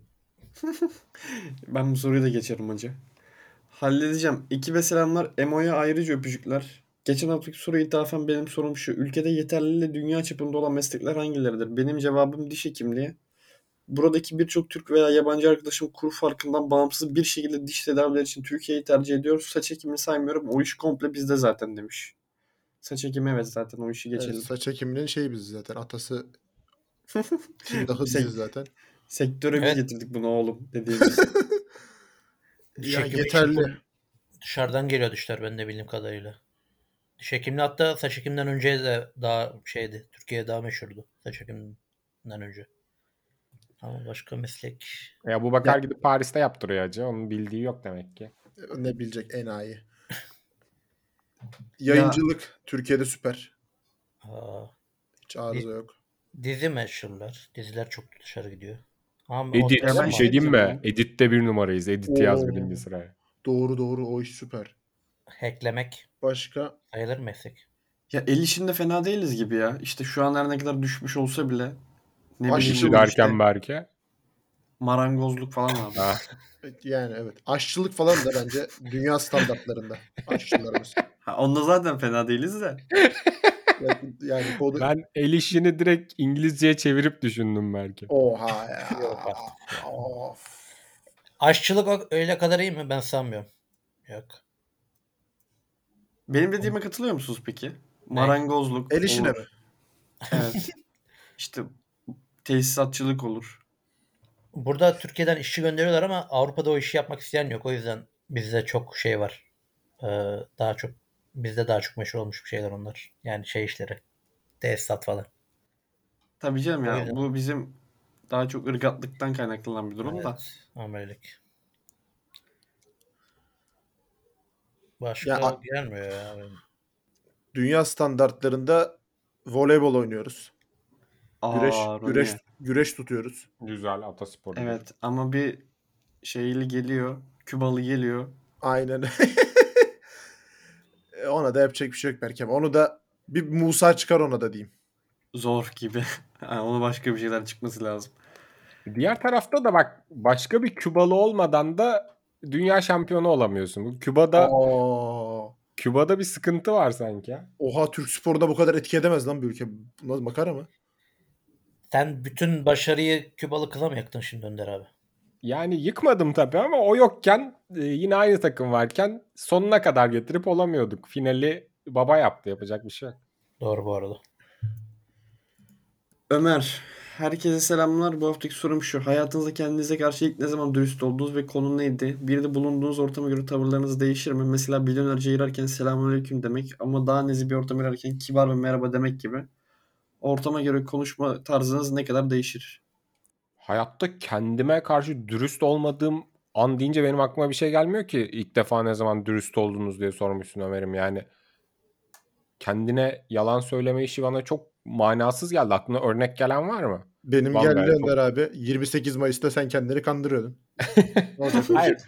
Ben bu soruyu da geçerim hacı. Halledeceğim. Ekibe selamlar. Emo'ya ayrıca öpücükler. Geçen haftaki soruya ithafen benim sorum şu. Ülkede yeterli dünya çapında olan meslekler hangileridir? Benim cevabım diş hekimliği. Buradaki birçok Türk veya yabancı arkadaşım kur farkından bağımsız bir şekilde diş tedavileri için Türkiye'yi tercih ediyor. Saç ekimini saymıyorum. O iş komple bizde zaten demiş. Saç ekimi, evet, zaten o işi geçelim. Evet, saç ekiminin şeyi biz zaten. Atası Tindah'ı Sek- biziz zaten. Sektöre Evet. biz getirdik bunu oğlum dediğimiz. Diş Ya hekimi yeterli. için full dışarıdan geliyor dişler, ben de bildiğim kadarıyla. Diş hekimliği hatta saç hekimden önce de daha şeydi. Türkiye'de daha meşhurdu saç hekiminden önce. Ama başka meslek. Ya bu bakar Ya- gidip Paris'te yaptırıyor acı. Onun bildiği yok demek ki. Ne bilecek enayi. Yayıncılık Türkiye'de süper. Aa, Hiç arıza yok. dizi meşhurlar. Diziler çok dışarı gidiyor. Ama o Edit. Ya ben Bir telefon- şey diyeyim mi? hatırlıyorum. Edit'te bir numarayız. Edit'i yaz Oo. birinci sıraya. Doğru doğru o iş süper. hacklemek Başka? sayılır meslek. Ya el işinde fena değiliz gibi ya. İşte şu an her ne kadar düşmüş olsa bile ne Aşçı bileyim İşi ben derken işte belki. marangozluk falan abi. Ha. Yani evet. Aşçılık falan da bence dünya standartlarında. Aşçılarımız. Ha, onda zaten fena değiliz de. Yani, yani kodu... Ben el işini direkt İngilizceye çevirip düşündüm belki. Oha ya. Yok artık. Of. Aşçılık o- öyle kadar iyi mi? Ben sanmıyorum. Yok. Benim dediğime katılıyor musunuz peki? Marangozluk El işine olur. mi? Evet. İşte tesisatçılık olur. Burada Türkiye'den işçi gönderiyorlar ama Avrupa'da o işi yapmak isteyen yok. O yüzden bizde çok şey var. Ee, daha çok bizde daha çok meşhur olmuş bir şeyler onlar. Yani şey işleri. Tesisat falan. Tabii canım O ya yüzden. bu bizim daha çok ırgatlıktan kaynaklanan bir durum da. Evet. Amelelik. Başka Ya, a- gelmiyor ya. benim. Dünya standartlarında voleybol oynuyoruz. Güreş, Aa, güreş, Roni. güreş tutuyoruz. Güzel atasporu. Evet ama bir şeyli geliyor. Kübalı geliyor. Aynen. E, Ona da yapacak bir şey yok belki ama onu da bir Musa çıkar ona da diyeyim. Zor gibi. Yani ona başka bir şeyler çıkması lazım. Diğer tarafta da bak başka bir Kübalı olmadan da dünya şampiyonu olamıyorsun. Bu Küba'da Aa, Küba'da bir sıkıntı var sanki. ya. oha Türk sporunda bu kadar etki edemez lan bir ülke. Nasıl makara mı? Sen bütün başarıyı Kübalı kıza mı yaktın şimdi Önder abi? Yani yıkmadım tabii ama o yokken e, yine aynı takım varken sonuna kadar getirip olamıyorduk. Finali baba yaptı, yapacak bir şey yok. Doğru bu arada. Ömer, herkese selamlar. Bu haftaki sorum şu. Hayatınızda kendinize karşı ilk ne zaman dürüst oldunuz ve konu neydi? Bir de bulunduğunuz ortama göre tavırlarınız değişir mi? Mesela milyonlarca girerken selamünaleyküm demek ama daha nezih bir ortama girerken kibar ve merhaba demek gibi. Ortama göre konuşma tarzınız ne kadar değişir? Hayatta kendime karşı dürüst olmadığım an deyince benim aklıma bir şey gelmiyor ki. İlk defa ne zaman dürüst oldunuz diye sormuşsun Ömer'im. Yani kendine yalan söyleme işi bana çok manasız geldi. Aklına örnek gelen var mı? Benim Vallahi geldi çok- Önder abi. yirmi sekiz Mayıs'ta sen kendini kandırıyordun. Ne olacak o Hayır. iş?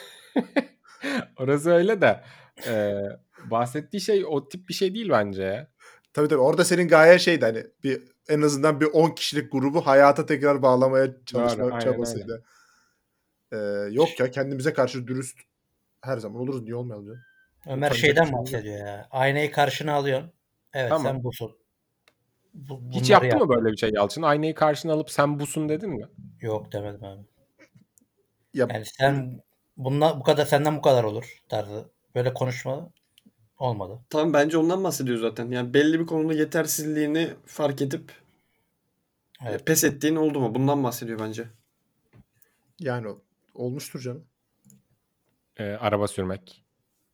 Orası öyle de e, bahsettiği şey o tip bir şey değil bence ya. Tabii tabii. Orada senin gaye şeydi hani bir en azından bir on kişilik grubu hayata tekrar bağlamaya çalışma Doğru, aynen çabasıydı. Ee, yok ya kendimize karşı dürüst her zaman oluruz. Niye olmayalım canım? Ömer Utanacak şeyden bir şey yok. bahsediyor ya. Aynayı karşına alıyorsun. Evet Tamam. sen busun. Bu, Hiç bunları yaptı yap. mı böyle bir şey Yalçın? Aynayı karşına alıp sen busun dedin mi? Yok demedim abi. Ya, Yani sen bundan bu kadar senden bu kadar olur tarzı. Böyle konuşma olmadı. Tamam bence ondan bahsediyor zaten. Yani belli bir konuda yetersizliğini fark edip Evet. pes ettiğin oldu mu? Bundan bahsediyor bence. yani o- olmuştur canım. E, araba sürmek.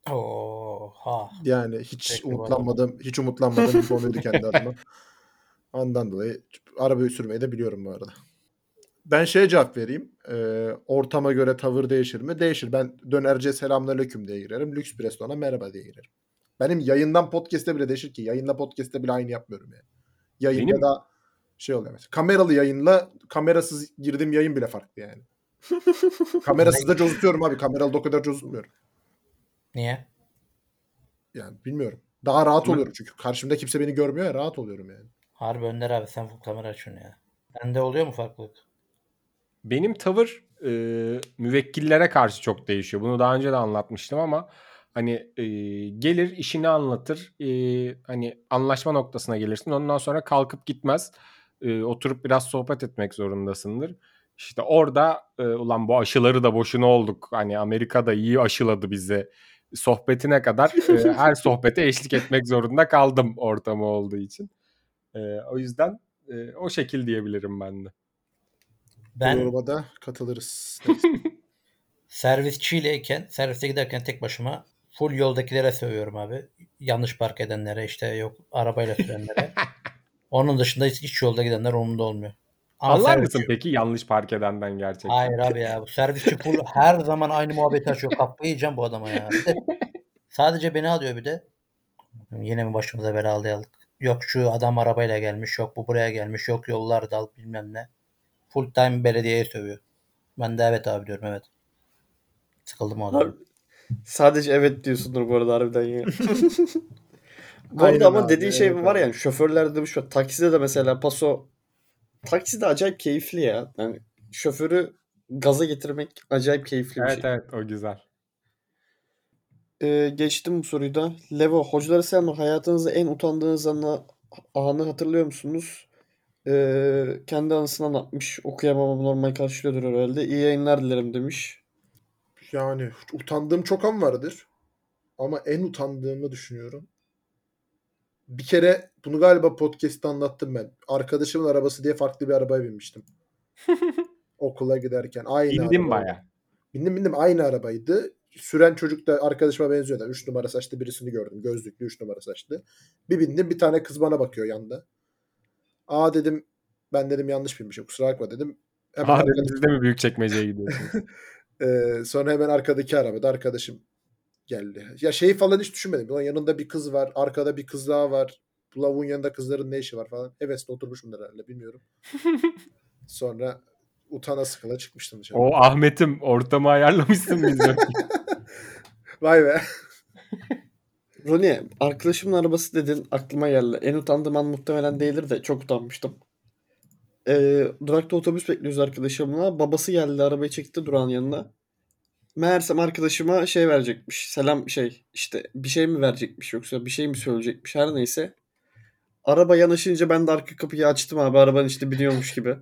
Oha. Yani hiç Peki, umutlanmadığım, hiç umutlanmadığım bir konuydu kendi adıma. Ondan dolayı araba sürmeyi de biliyorum bu arada. Ben şeye cevap vereyim. Ee, ortama göre tavır değişir mi? Değişir. Ben dönerciye selamünaleyküm diye girerim. Lüks bir restorana merhaba diye girerim. Benim yayından podcast'te bile değişir ki. Yayınla podcast'te bile aynı yapmıyorum yani. Yayında Benim- da şey oluyor mesela. Kameralı yayınla kamerasız girdiğim yayın bile farklı yani. Kamerasız da cozutuyorum abi. Kameralı da o kadar cozutmuyorum. Niye? Yani bilmiyorum. Daha rahat Ama- oluyorum çünkü. Karşımda kimse beni görmüyor ya. Rahat oluyorum yani. Harbi Önder abi sen bu kamera aç şunu ya. Bende oluyor mu farklılık? Benim tavır e, müvekkillere karşı çok değişiyor. Bunu daha önce de anlatmıştım ama hani e, gelir işini anlatır. E, hani anlaşma noktasına gelirsin. Ondan sonra kalkıp gitmez. E, oturup biraz sohbet etmek zorundasındır. İşte orada e, ulan bu aşıları da boşuna olduk. Hani Amerika da iyi aşıladı bizi. Sohbetine kadar e, her sohbete eşlik etmek zorunda kaldım ortamı olduğu için. E, o yüzden e, o şekil diyebilirim ben de. Bu Ben yoruma da katılırız. Neyse. servisçiyleyken, servise giderken tek başıma full yoldakilere sövüyorum abi. Yanlış park edenlere, işte yok arabayla sürenlere. Onun dışında hiç, hiç yolda gidenler umurumda olmuyor. Ama Anlar servisçi- mısın peki yanlış park edenden gerçekten? Hayır abi ya. Bu servisçi full her zaman aynı muhabbeti açıyor. Kafayı yiyeceğim bu adama ya. Bir de sadece beni alıyor bir de. Yine mi başımıza bela aldık? Yok şu adam arabayla gelmiş. Yok bu buraya gelmiş. Yok yollar dal bilmem ne. full time belediyeye sövüyor. Ben de evet abi diyorum, evet. Sıkıldım o Abi, adamı. sadece evet diyorsundur bu arada harbiden ya. Bu Aynen arada ama abi, dediğin şey evet var abi. yani şoförlerde bu şu takside de mesela paso takside acayip keyifli ya. Yani şoförü gaza getirmek acayip keyifli bir Evet şey. evet o güzel. Ee, geçtim bu soruyu da. Levo, hocaları selamlar. Hayatınızda en utandığınız anı, anı hatırlıyor musunuz? Ee, kendi anısını anlatmış. Okuyamamam normal karşılıyordur herhalde. İyi yayınlar dilerim demiş. Yani utandığım çok an vardır. Ama en utandığımı düşünüyorum. Bir kere bunu galiba podcast'ta anlattım ben. Arkadaşımın arabası diye farklı bir arabaya binmiştim. Okula giderken. Aynı İndim arabaydı. baya. Bindim bindim aynı arabaydı. Süren çocuk da arkadaşıma benziyordu. üç numara saçlı birisini gördüm. Gözlüklü üç numara saçlı. Bir bindim, bir tane kız bana bakıyor yanda. Aa dedim, ben dedim yanlış binmişim, kusura bakma dedim. Hemen Aa dedim arkada- siz de mi Büyükçekmece'ye gidiyorsunuz? Ee, sonra hemen arkadaki arabada arkadaşım geldi. Ya şeyi falan hiç düşünmedim. Ulan yanında bir kız var. Arkada bir kız daha var. Bu lavuğun yanında kızların ne işi var falan. Hevesle oturmuş bunlar herhalde, bilmiyorum. Sonra utana sıkıla çıkmıştım dışarı. O Ahmet'im ortamı ayarlamışsın bizden. Vay be. Roni, arkadaşımın arabası dedin aklıma geldi. En utandığım an muhtemelen değildir de çok utanmıştım. Ee, durakta otobüs bekliyoruz arkadaşımla. Babası geldi arabayı çekti durağın yanına. Meğersem arkadaşıma şey verecekmiş. Selam şey işte bir şey mi verecekmiş yoksa bir şey mi söyleyecekmiş her neyse. Araba yanaşınca ben de arka kapıyı açtım abi arabanın içinde biniyormuş gibi.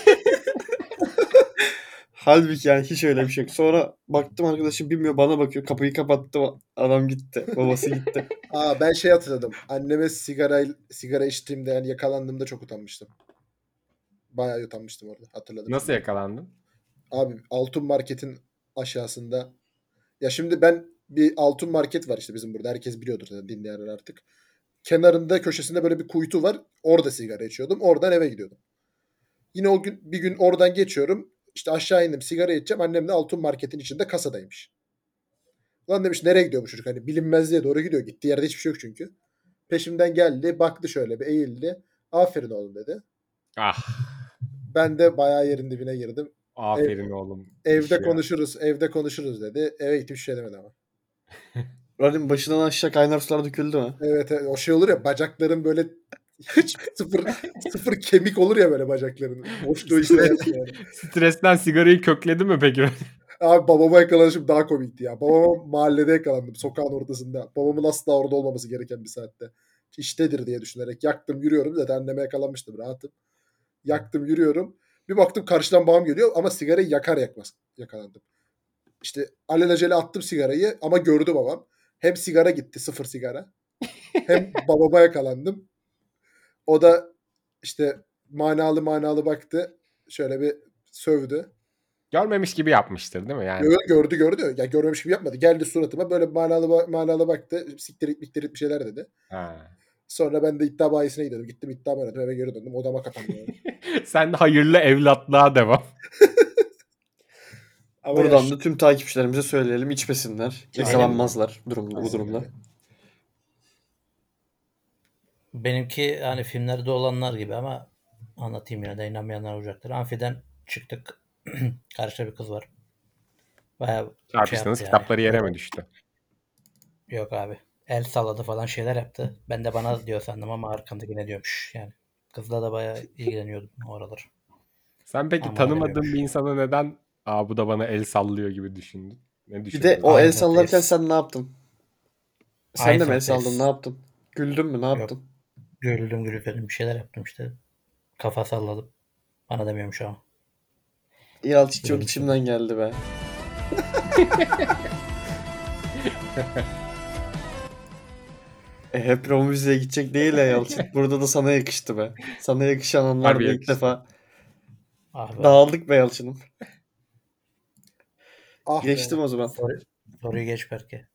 Halbuki yani hiç öyle bir şey yok. Sonra baktım arkadaşım bilmiyor bana bakıyor. Kapıyı kapattı adam gitti. Babası gitti. Aa ben şey hatırladım. Anneme sigara sigara içtiğimde yani yakalandığımda çok utanmıştım. Bayağı utanmıştım orada. Hatırladım. Nasıl şimdi. yakalandın? Abi Altun Market'in aşağısında. Ya şimdi ben bir Altun Market var işte bizim burada. Herkes biliyordur zaten, dinleyenler artık. Kenarında köşesinde böyle bir kuytu var. Orada sigara içiyordum. Oradan eve gidiyordum. Yine o gün bir gün oradan geçiyorum. İşte aşağı indim sigara içeceğim. Annem de Altun Market'in içinde kasadaymış. Lan demiş nereye gidiyor bu çocuk? Hani bilinmezliğe doğru gidiyor. Gittiği yerde hiçbir şey yok çünkü. Peşimden geldi. Baktı şöyle bir eğildi. Aferin oğlum dedi. Ah Ben de bayağı yerin dibine girdim. aferin oğlum. Evde İş ya. konuşuruz, evde konuşuruz dedi. Eve gittim, hiçbir şey demedi ama. Roni'nin başından aşağı kaynar sular döküldü mü? Evet, evet, o şey olur ya, bacakların hiç sıfır sıfır kemik olur ya böyle bacakların. Boşluğu işte yani. Stresten sigarayı kökledi mi peki? Abi babama yakalanışım daha komikti ya. Babama mahallede yakalandım sokağın ortasında. Babamın asla orada olmaması gereken bir saatte. İştedir diye düşünerek yaktım yürüyorum. Zaten anneme yakalanmıştım, rahatım. Yaktım yürüyorum. Bir baktım karşıdan babam geliyor ama sigarayı yakar yakmaz yakalandım. İşte alelacele attım sigarayı ama gördü babam. Hem sigara gitti, sıfır sigara. Hem babama yakalandım. O da işte manalı manalı baktı. Şöyle bir sövdü. Görmemiş gibi yapmıştır değil mi yani? Gö- Gördü gördü. Ya görmemiş gibi yapmadı. Geldi suratıma böyle manalı ba- manalı baktı. Siktir it miktir it bir şeyler dedi. Ha. Sonra ben de iddia bayisine gidelim. Gittim iddia oynadım. Eve geri döndüm. Odama kapandım. Sen de hayırlı evlatlığa devam. Ama Buradan yaş- da tüm takipçilerimize söyleyelim içmesinler. Yakalanmazlar durumda, bu Aynen durumda. öyle. Benimki hani filmlerde olanlar gibi ama anlatayım yine de, inanmayanlar olacaktır. Amfiden çıktık. Karşıda bir kız var. Bayağı şey Çarpıştınız yaptı yani. kitapları yere mi düştü? Yok abi. El salladı falan, şeyler yaptı. Ben de bana diyor sandım ama arkamdaki ne diyormuş yani. Kızla da bayağı ilgileniyordum o aralar. Sen peki Ama tanımadığın demiyormuş. bir insana neden aa bu da bana el sallıyor gibi düşündün? Ne Bir düşündün? de o el Aynı sallarken sınıftayız. sen ne yaptın? Sen Aynı de mi el sınıftayız. saldın? Ne yaptın? Güldün mü? Ne Yok. yaptın? Güldüm gülüfledim, bir şeyler yaptım işte. Kafa salladım. Bana demiyormuş ama. Yalçın çok Güldüm içimden geldi be. E, hep Roma müziğe gidecek değil ya Yalçın. Burada da sana yakıştı be. Sana yakışan anlar Harbi da ilk yakıştı. defa. Ah be. Dağıldık be Yalçın'ım. Ah be. Geçtim o zaman. Soru, soruyu geç belki.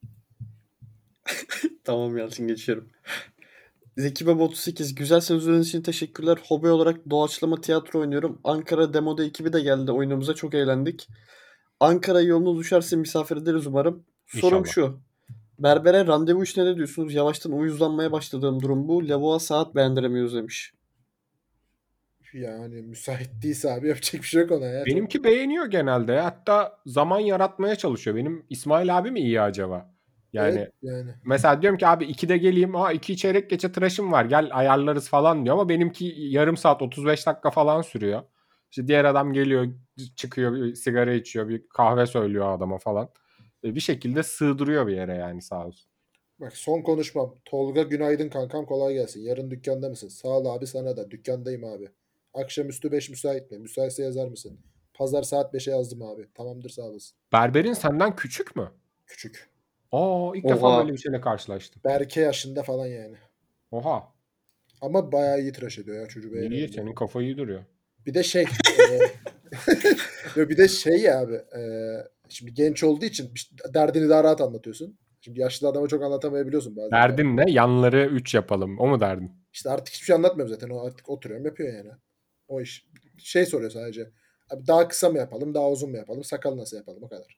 Tamam Yalçın geçiyorum. Zeki Baba otuz sekiz. Güzel sözleriniz için teşekkürler. Hobi olarak doğaçlama tiyatro oynuyorum. Ankara Demo'da ekibi de geldi oyunumuza. Çok eğlendik. Ankara yolunuz düşerse misafir ederiz umarım. Sorum İnşallah. şu. Berbere randevu işine ne diyorsunuz? Yavaştan uyuzlanmaya başladığım durum bu. Lavuğa saat beğendiremiyoruz demiş. Yani müsait değilse abi yapacak bir şey yok ona ya. Çok- Benimki beğeniyor genelde. Hatta zaman yaratmaya çalışıyor. Benim İsmail abi mi iyi acaba? Yani Evet yani. mesela diyorum ki abi ikide geleyim. Aa iki çeyrek geçe tıraşım var. Gel ayarlarız falan diyor ama benimki yarım saat otuz beş dakika falan sürüyor. İşte diğer adam geliyor, çıkıyor, bir sigara içiyor, bir kahve söylüyor adama falan. E, Bir şekilde sığdırıyor bir yere yani sağ olsun. Bak son konuşmam. Tolga günaydın kankam kolay gelsin. Yarın dükkanda mısın? Sağ ol abi sana da. Dükkandayım abi. Akşamüstü beş müsait mi? Müsaitse yazar mısın? Pazar saat beşe yazdım abi. Tamamdır sağ olasın. Berberin senden küçük mü? Küçük. Aa ilk defa Oha. böyle bir şeyle karşılaştım. Berke yaşında falan yani. Oha. Ama bayağı iyi tıraş ediyor ya. Çocuğu İyi beğeniyorum ben. senin kafa iyi duruyor. Bir de şey. e, Yo, bir de şey ya abi. e, şimdi genç olduğu için bir- derdini daha rahat anlatıyorsun. Şimdi yaşlı adama çok anlatamayabiliyorsun bazen. Derdin ne? Yanları üç yapalım. O mu derdin? İşte artık hiçbir şey anlatmıyorum zaten. O artık oturuyorum yapıyor yani. O iş. Şey soruyor sadece. Abi daha kısa mı yapalım, daha uzun mu yapalım, sakal nasıl yapalım o kadar.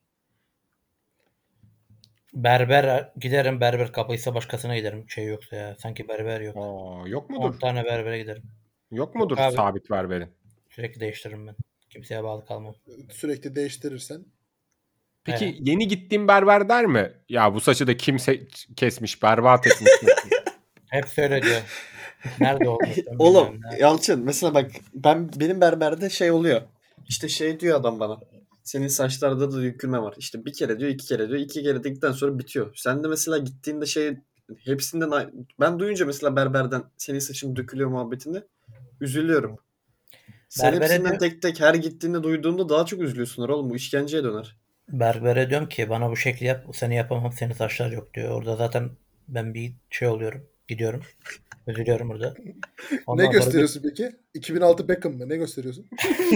Berber giderim, berber kapıysa başkasına giderim. Şey yoksa ya. Sanki berber yok. Aa, yok on mudur? tane berbere giderim. Yok Yok mudur abi. sabit berberin? Sürekli değiştiririm ben. Kimseye bağlı kalmam. Sürekli değiştirirsen. Peki He. yeni gittiğin berber der mi? Ya bu saçı da kimse kesmiş, berbat etmiş. Hep söyle diyor. Nerede olmuşsun Oğlum bilmem ne. Yalçın mesela bak ben benim berberde şey oluyor. İşte şey diyor adam bana. Senin saçlarda da dökülme var. İşte bir kere diyor, iki kere diyor. İki kere dedikten sonra bitiyor. Sen de mesela gittiğinde şey hepsinden ay- ben duyunca mesela berberden senin saçın dökülüyor muhabbetini üzülüyorum. Sen Berbere hepsinden diyor, tek tek her gittiğinde duyduğunda daha çok üzülüyorsunuz oğlum. Bu işkenceye döner. berbere diyorum ki bana bu şekli yap. Seni yapamam. Senin saçlar yok diyor. Orada zaten ben bir şey oluyorum. Gidiyorum. Üzülüyorum burada. Ne Ondan sonra bir gösteriyorsun peki? iki bin altı Beckham mı? Ne gösteriyorsun?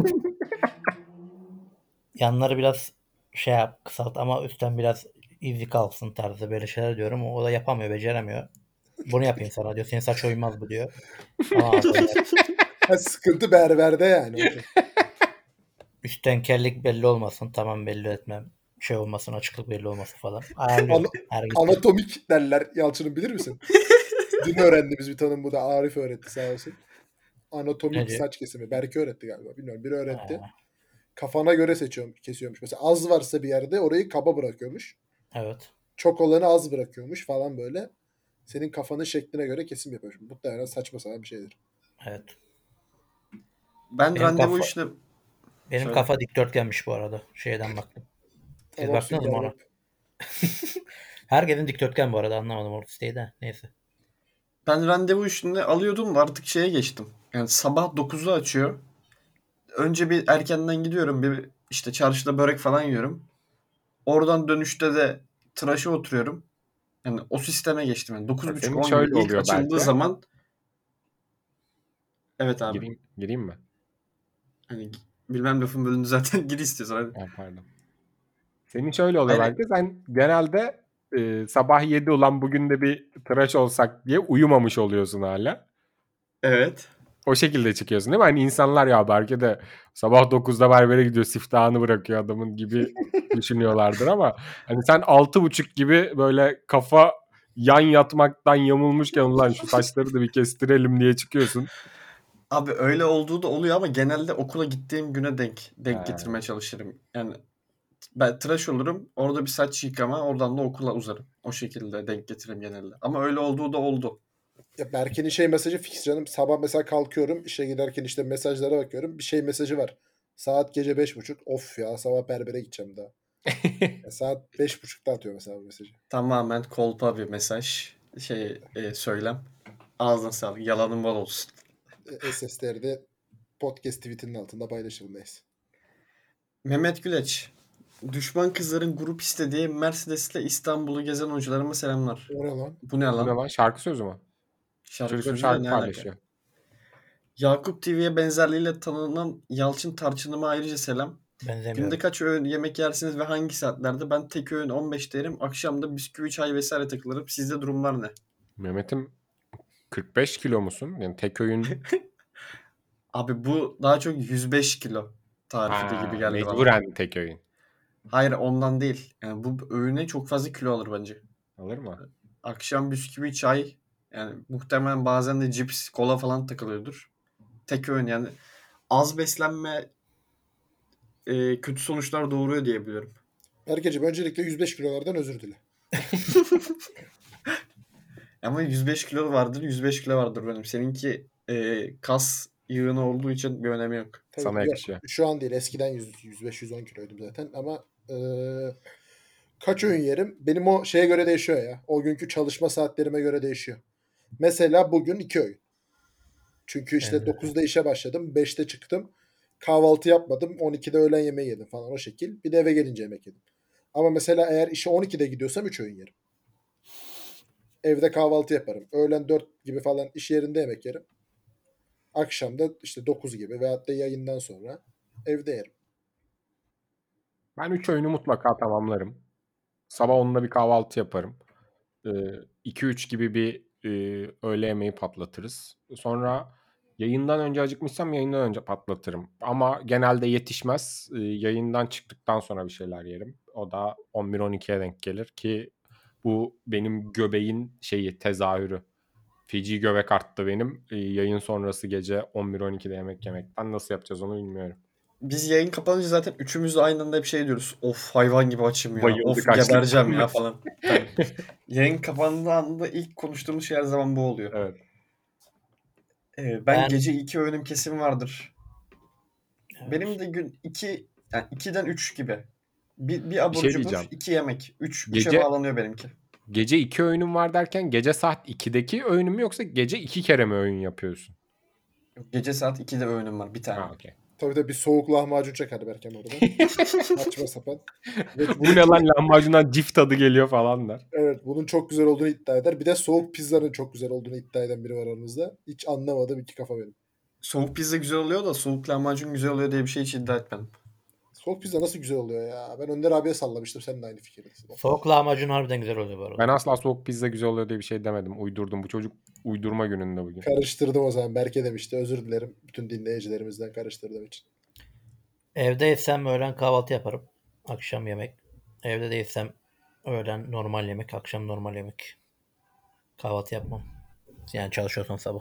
yanları biraz şey yap kısalt ama üstten biraz izi kalsın tarzı böyle şeyler diyorum. O da yapamıyor, beceremiyor. Bunu yapayım sana diyor. Senin saç uymaz bu diyor. Tamam abi. Ha, sıkıntı berberde yani. Okey. Üstten kellik belli olmasın. Tamam belli etmem. Şey olmasın, açıklık belli olmasın falan. Ayarlıyorum. Ana- Her gittim. Anatomik derler. Yalçın'ın bilir misin? Dün öğrendiğimiz bir tanım bu da Arif öğretti sağ olsun. Ne Anatomik diyor? saç kesimi. Berke öğretti galiba. Bilmiyorum biri öğretti. Ha, Kafana göre seçiyor, kesiyormuş. Mesela az varsa bir yerde orayı kaba bırakıyormuş. evet. Çok olanı az bırakıyormuş falan böyle. Senin kafanın şekline göre kesim yapıyormuş. Muhtemelen saçma sapan bir şeydir. Evet. Ben Benim randevu kafa işine benim Söyle. kafa dikdörtgenmiş bu arada. Şeyden baktım. Siz Tamam, baktınız mı sünger ona? Bob. Herkesin dikdörtgen bu arada anlamadım ortası de. Neyse. ben randevu işini alıyordum da artık şeye geçtim. Yani sabah dokuzda açıyor. Önce bir erkenden gidiyorum. Bir işte çarşıda börek falan yiyorum. Oradan dönüşte de tıraşa oturuyorum. Yani o sisteme geçtim. Yani dokuz buçuk Senin on gibi şöyle ilk oluyor açıldığı belki. zaman evet abi. Gireyim, gireyim mi? Hani bilmem lafın bölümünde zaten gir istiyorsan. Hadi. Ha, pardon. Senin şöyle oluyor Hayır. belki. Sen genelde e, sabah yedi ulan bugün de bir tıraş olsak diye uyumamış oluyorsun hala. Evet. O şekilde çıkıyorsun değil mi? Hani insanlar ya belki de sabah dokuzda berbere gidiyor siftahını bırakıyor adamın gibi düşünüyorlardır ama hani sen altı buçuk gibi böyle kafa yan yatmaktan yamulmuşken ulan şu saçları da bir kestirelim diye çıkıyorsun. Abi öyle olduğu da oluyor ama genelde okula gittiğim güne denk denk Ha. getirmeye çalışırım. Yani ben tıraş olurum. Orada bir saç yıkama. Oradan da okula uzarım. O şekilde denk getiririm genelde. Ama öyle olduğu da oldu. Ya Berke'nin şey mesajı fix canım. Sabah mesela kalkıyorum. İşe giderken işte mesajlara bakıyorum. Bir şey mesajı var. Saat gece beş buçuk. Of ya sabah berbere gideceğim daha. Ya saat beş buçukta atıyor mesela bu mesajı. Tamamen kolpa bir mesaj. Şey e, söylem. Ağzına sağlık. Yalanın bol olsun. E, S S'leri de podcast tweetinin altında paylaşırım neyse. Mehmet Güleç. Düşman kızların grup istediği Mercedes'le İstanbul'u gezen hocalarıma selamlar. O ne lan? Bu ne Bu ne lan? lan? Şarkı sözü mü? Şarkı Çocuk sözüyle şarkı ne alaka? paylaşıyor. Yakup T V'ye benzerliğiyle tanınan Yalçın Tarçın'ıma ayrıca selam. Benzemiyorum. Günde kaç öğün yemek yersiniz ve hangi saatlerde? Ben tek öğün on beş derim. Akşamda bisküvi, çay vesaire takılırım. Sizde durumlar ne? Mehmet'im kırk beş kilo musun? Yani tek öğün Abi bu daha çok yüz beş kilo tarifi de gibi ha, geldi bana. mecburen tek öğün. Hayır ondan değil. Yani bu öğüne çok fazla kilo alır bence. Alır mı? Akşam bisküvi, çay. Yani muhtemelen bazen de cips, kola falan takılıyordur. tek öğün yani az beslenme e, kötü sonuçlar doğuruyor diye biliyorum. Berkeciğim öncelikle yüz beş kilolardan özür dile. Ama yüz beş kilo vardır, yüz beş kilo vardır benim. Seninki e, kas yığını olduğu için bir önemi yok. Tabii Sana yok. yakışıyor. Şu an değil. Eskiden yüz, yüz beş yüz on kiloydum zaten ama eee, kaç öğün yerim? Benim o şeye göre değişiyor ya. O günkü çalışma saatlerime göre değişiyor. Mesela bugün iki öğün. Çünkü işte Evet. dokuzda işe başladım. beşte çıktım. Kahvaltı yapmadım. on ikide öğlen yemeği yedim falan o şekil. Bir de eve gelince yemek yedim. Ama mesela eğer işe on ikide gidiyorsam üç öğün yerim. Evde kahvaltı yaparım. Öğlen dört gibi falan iş yerinde yemek yerim. Akşam da işte dokuz gibi veyahut da yayından sonra evde yerim. Ben üç öğünü mutlaka tamamlarım. Sabah onunla bir kahvaltı yaparım. iki üç gibi bir e, öğle yemeği patlatırız. Sonra yayından önce acıkmışsam yayından önce patlatırım. Ama genelde yetişmez. E, yayından çıktıktan sonra bir şeyler yerim. O da on bir on ikiye denk gelir ki bu benim göbeğin şeyi tezahürü. Feci göbek arttı benim. E, yayın sonrası gece on bir on ikide yemek yemekten. Nasıl yapacağız onu bilmiyorum. Biz yayın kapanınca zaten üçümüz de aynı anda bir şey diyoruz. Of hayvan gibi açım ya. Bayıldık Of açlıktan gebereceğim ya biz. falan. Tabii. Yayın kapandığı anda ilk konuştuğumuz şey her zaman bu oluyor. Evet. Ee, ben, Ben- gece iki öğünüm kesin vardır. Evet. Benim de gün iki yani ikiden üç gibi. Bir, bir abur şey cubur, diyeceğim. iki yemek. Üç, Gece- üçe bağlanıyor benimki. Gece iki öğünüm var derken gece saat ikideki öğünüm mü yoksa gece iki kere mi öğün yapıyorsun? Yok, gece saat ikide öğünüm var bir tane. Ha, okey. Tabii de bir soğuk lahmacun çeker Berkem orada. Saçma sapan. Ve Bu ne lan lahmacundan cif tadı geliyor falan der. Evet bunun çok güzel olduğunu iddia eder. Bir de soğuk pizzanın çok güzel olduğunu iddia eden biri var aramızda. Hiç anlamadım iki kafa benim. Soğuk pizza güzel oluyor da soğuk lahmacun güzel oluyor diye bir şey hiç iddia etmedim. Soğuk pizza nasıl güzel oluyor ya? Ben Önder abiye sallamıştım. Sen de aynı fikirdesin. Soğuk lahmacun harbiden güzel oluyor bu arada. Ben asla soğuk pizza güzel oluyor diye bir şey demedim. Uydurdum. Bu çocuk uydurma gününde bugün. Karıştırdım o zaman. Berke demişti. Özür dilerim. Bütün dinleyicilerimizden karıştırdığım için. Evdeysem öğlen kahvaltı yaparım. Akşam yemek. Evde değilsem öğlen normal yemek, akşam normal yemek. Kahvaltı yapmam. Yani çalışıyorsan sabah.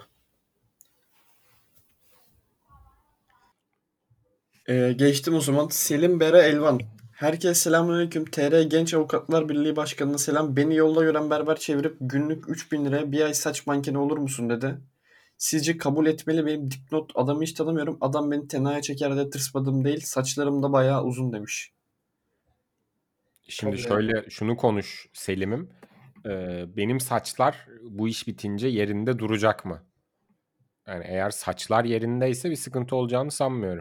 Ee, geçtim o zaman. Selim Bere Elvan. Herkese selamünaleyküm. T R Genç Avukatlar Birliği Başkanı'na selam. Beni yolda gören berber çevirip günlük üç bin liraya bir ay saç mankeni olur musun dedi. Sizce kabul etmeli miyim? Dipnot adamı hiç tanımıyorum. Adam beni tenaya çeker de tırsmadım değil. Saçlarım da bayağı uzun demiş. Şimdi Kabul şöyle şunu konuş Selim'im. Ee, benim saçlar bu iş bitince yerinde duracak mı? Yani eğer saçlar yerindeyse bir sıkıntı olacağını sanmıyorum.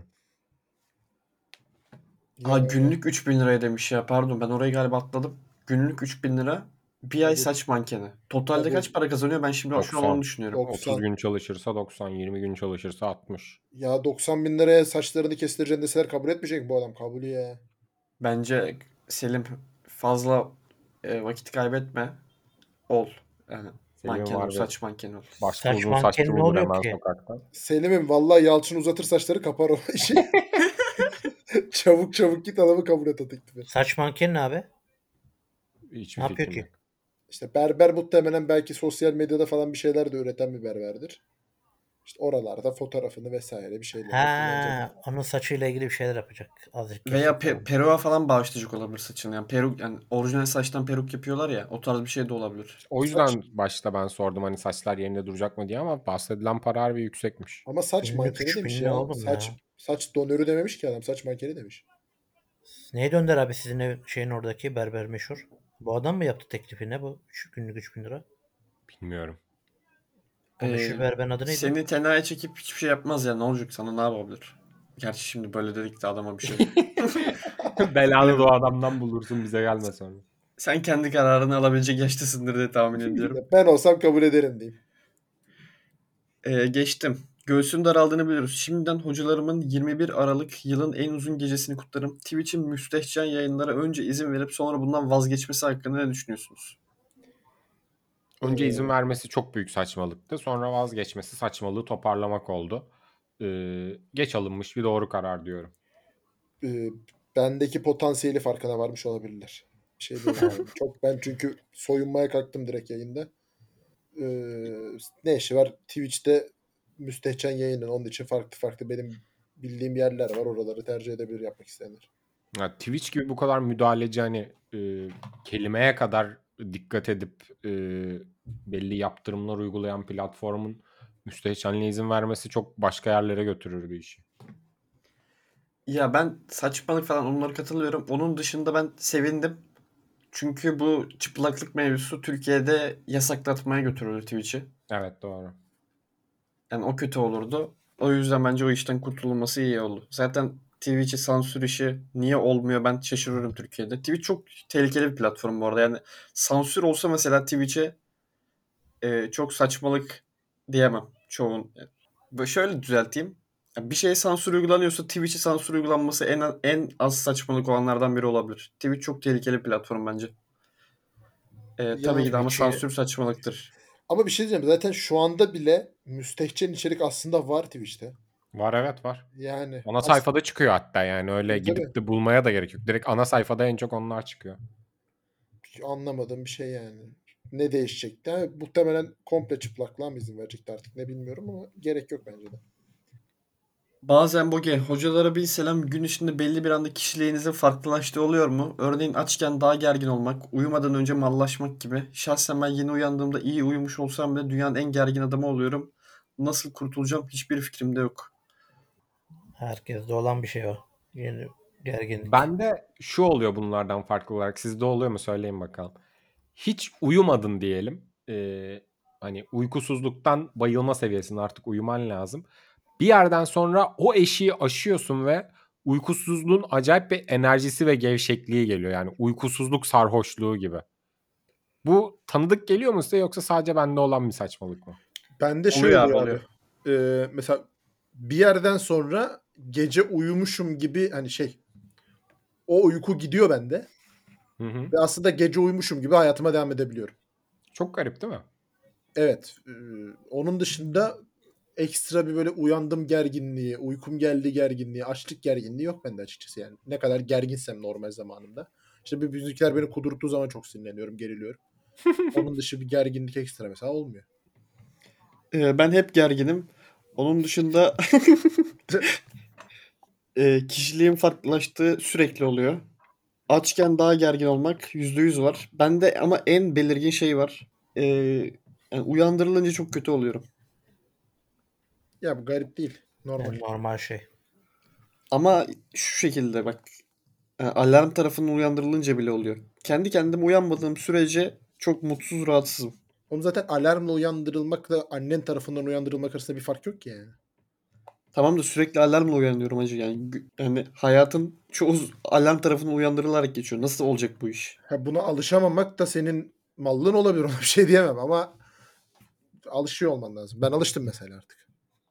Ha Yani günlük üç bin liraya demiş ya. Pardon ben orayı galiba atladım. Günlük üç bin lira. Bir ay Tabii. saç mankeni. Totalde Tabii. kaç para kazanıyor? Ben şimdi şu an doksan. onu düşünüyorum. doksan. otuz gün çalışırsa doksan, yirmi gün çalışırsa altmış. Ya doksan bin liraya saçlarını kestireceğini deseler kabul etmeyecek bu adam. Kabul ya. Bence Selim fazla e, vakit kaybetme. Ol. Yani Selim manken var ol, ve saç mankeni ol. başka Saç uzun saççı mankeni ne bulur oluyor hemen ki? sokakta. Selim'im vallahi Yalçın uzatır saçları kapar o işi. Çabuk çabuk git adamı kabul et o teklifi. Saç mankeni ne abi? Hiçbir Ne yapıyor fikrim ki? yok. İşte berber muhtemelen belki sosyal medyada falan bir şeyler de üreten bir berberdir. İşte oralarda fotoğrafını vesaire bir şeyler kullanacak. Ha, onun saçıyla ilgili bir şeyler yapacak. Azıcık Veya kesip pe- falan. peruğa falan bağışlayacak olabilir saçını. Yani peruk yani orijinal saçtan peruk yapıyorlar ya. O tarz bir şey de olabilir. O yüzden başta ben sordum hani saçlar yerinde duracak mı diye ama bahsedilen para harbi yüksekmiş. Ama saç Günlük mankeni üç demiş bin ne ya. oğlum Saç ya? saç donörü dememiş ki adam. Saç mankeni demiş. Neydi Önder abi sizin ev, şeyin oradaki berber meşhur? Bu adam mı yaptı teklifi ne bu? Üç, günlük üç bin lira. Bilmiyorum. O meşhur Ee, berberin adı neydi? Seni tenaya çekip hiçbir şey yapmaz ya. Ne olacak sana ne yapabilir? Gerçi şimdi böyle dedik de adama bir şey. Belanı da o adamdan bulursun bize gelme sonra. Sen kendi kararını alabilecek yaştasındır diye tahmin ediyorum. Ben olsam kabul ederim diyeyim. Ee, geçtim. Göğsün daraldığını biliyoruz. Şimdiden hocalarımın yirmi bir Aralık yılın en uzun gecesini kutlarım. Twitch'in müstehcen yayınlara önce izin verip sonra bundan vazgeçmesi hakkında ne düşünüyorsunuz? Önce Ee, izin vermesi çok büyük saçmalıktı. Sonra vazgeçmesi saçmalığı toparlamak oldu. Ee, geç alınmış bir doğru karar diyorum. e, bendeki potansiyeli farkına varmış olabilirler. Bir şey diyemem. Çok ben çünkü soyunmaya kalktım direkt yayında. Ee, ne işi var Twitch'te müstehcen yayının. Onun için farklı farklı benim bildiğim yerler var. Oraları tercih edebilir yapmak isteyenler. Ya Twitch gibi bu kadar müdahaleci hani e, kelimeye kadar dikkat edip e, belli yaptırımlar uygulayan platformun müstehcenliğe izin vermesi çok başka yerlere götürürdü işi. Ya ben saçmalık falan onlara katılıyorum. Onun dışında ben sevindim. Çünkü bu çıplaklık mevzusu Türkiye'de yasaklatmaya götürürdü Twitch'i. Evet doğru. Yani o kötü olurdu. O yüzden bence o işten kurtulması iyi oldu. Zaten Twitch'i sansür işi niye olmuyor ben şaşırıyorum Türkiye'de. Twitch çok tehlikeli bir platform bu arada. Yani sansür olsa mesela Twitch'e e, çok saçmalık diyemem çoğun. Böyle şöyle düzelteyim. Ya bir şeye sansür uygulanıyorsa Twitch'e sansür uygulanması en en az saçmalık olanlardan biri olabilir. Twitch çok tehlikeli bir platform bence. E, tabii ki de ama Twitch'i- sansür saçmalıktır. Ama bir şey diyeceğim. Zaten şu anda bile müstehcen içerik aslında var Twitch'te. Var evet var. Yani Ana as- sayfada çıkıyor hatta yani öyle Tabii, gidip tabii. de bulmaya da gerek yok. Direkt ana sayfada en çok onlar çıkıyor. anlamadığım bir şey yani. Ne değişecekti? Ha, muhtemelen komple çıplaklığa mı izin verecekti artık ne bilmiyorum ama gerek yok bence de. Bazen Boge, hocalara bir selam gün içinde belli bir anda kişiliğinizin farklılaştığı oluyor mu? Örneğin açken daha gergin olmak, uyumadan önce mallaşmak gibi. Şahsen ben yeni uyandığımda iyi uyumuş olsam bile dünyanın en gergin adamı oluyorum. Nasıl kurtulacağım hiçbir fikrim de yok. Herkeste olan bir şey o. Yeni gerginlik. Bende şu oluyor bunlardan farklı olarak. Sizde oluyor mu söyleyin bakalım. Hiç uyumadın diyelim. Ee, hani uykusuzluktan bayılma seviyesinde artık uyuman lazım. Bir yerden sonra o eşiği aşıyorsun ve uykusuzluğun acayip bir enerjisi ve gevşekliği geliyor. Yani uykusuzluk sarhoşluğu gibi. Bu tanıdık geliyor mu size yoksa sadece bende olan bir saçmalık mı? Bende şey Oluyor abi, oluyor abi. Ee, mesela bir yerden sonra gece uyumuşum gibi hani şey o uyku gidiyor bende Hı hı. ve aslında gece uyumuşum gibi hayatıma devam edebiliyorum. Çok garip değil mi? Evet. e, onun dışında ekstra bir böyle uyandım gerginliği, uykum geldi gerginliği, açlık gerginliği yok bende açıkçası yani. Ne kadar gerginsem normal zamanımda. İşte bir bizimkiler beni kudurttuğu zaman çok sinirleniyorum, geriliyorum. Onun dışı bir gerginlik ekstra mesela olmuyor. Ee, ben hep gerginim. Onun dışında e, kişiliğin farklılaştığı sürekli oluyor. Açken daha gergin olmak yüzde yüz var. Bende ama en belirgin şey var. Ee, yani uyandırılınca çok kötü oluyorum. Ya bu garip değil. Normal. Yani normal şey. Ama şu şekilde bak. e, Alarm tarafından uyandırılınca bile oluyor. Kendi kendime uyanmadığım sürece çok mutsuz, rahatsızım. Oğlum zaten alarmla uyandırılmakla annen tarafından uyandırılmak arasında bir fark yok ki yani. Tamam da sürekli alarmla uyanıyorum hacı. Yani, gü- yani hayatım çoğu alarm tarafından uyandırılarak geçiyor. Nasıl olacak bu iş? Ha, buna alışamamak da senin mallığın olabilir. Ona bir şey diyemem ama alışıyor olman lazım. Ben alıştım mesela artık.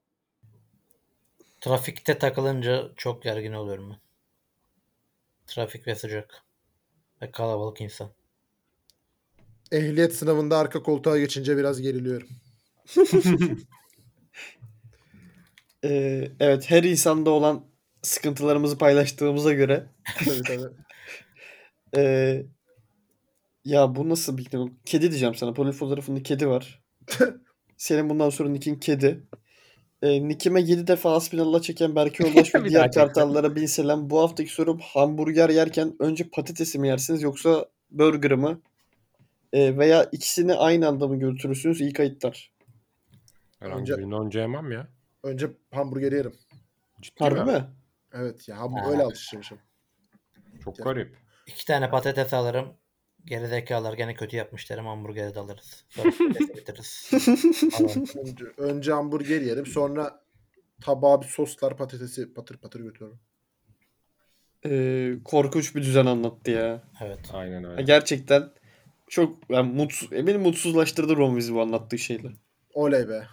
Trafikte takılınca çok gergin oluyorum ben. Trafik ve sıcak. Ve kalabalık insan. Ehliyet sınavında arka koltuğa geçince biraz geriliyorum. Ee, evet, her insanda olan sıkıntılarımızı paylaştığımıza göre Tabii tabii. ee, ya bu nasıl bir kedi? Kedi diyeceğim sana. Profil fotoğrafında kedi var. Senin bundan sonra nickin kedi. E, Nick'ime yedi defa hasbinallah çeken Berke Yoldaş ve Bir diğer daha çektim. kartallara bin selam. Bu haftaki sorum hamburger yerken önce patatesi mi yersiniz yoksa burger'ı mı? E, veya ikisini aynı anda mı götürürsünüz? İyi kayıtlar. Herhangi Önce- birini önce yemem ya. Önce hamburgeri yerim. Ciddi Harbi mi? mi? Evet ya ham- Ha. öyle alışmışım. Çok garip. İki tane patates alırım. Gerizekalılar gene kötü yapmış derim. Hamburgeri de alırız. Sonra patatesi bitiririz. Falan. Önce, önce hamburger yerim. Sonra tabağa bir soslar patatesi patır patır götürürüm. E, korkunç bir düzen anlattı ya. Evet. Aynen Ya öyle. gerçekten çok yani mutsuz, e, beni mutsuzlaştırdı Romviz bu anlattığı şeyle. Oley be.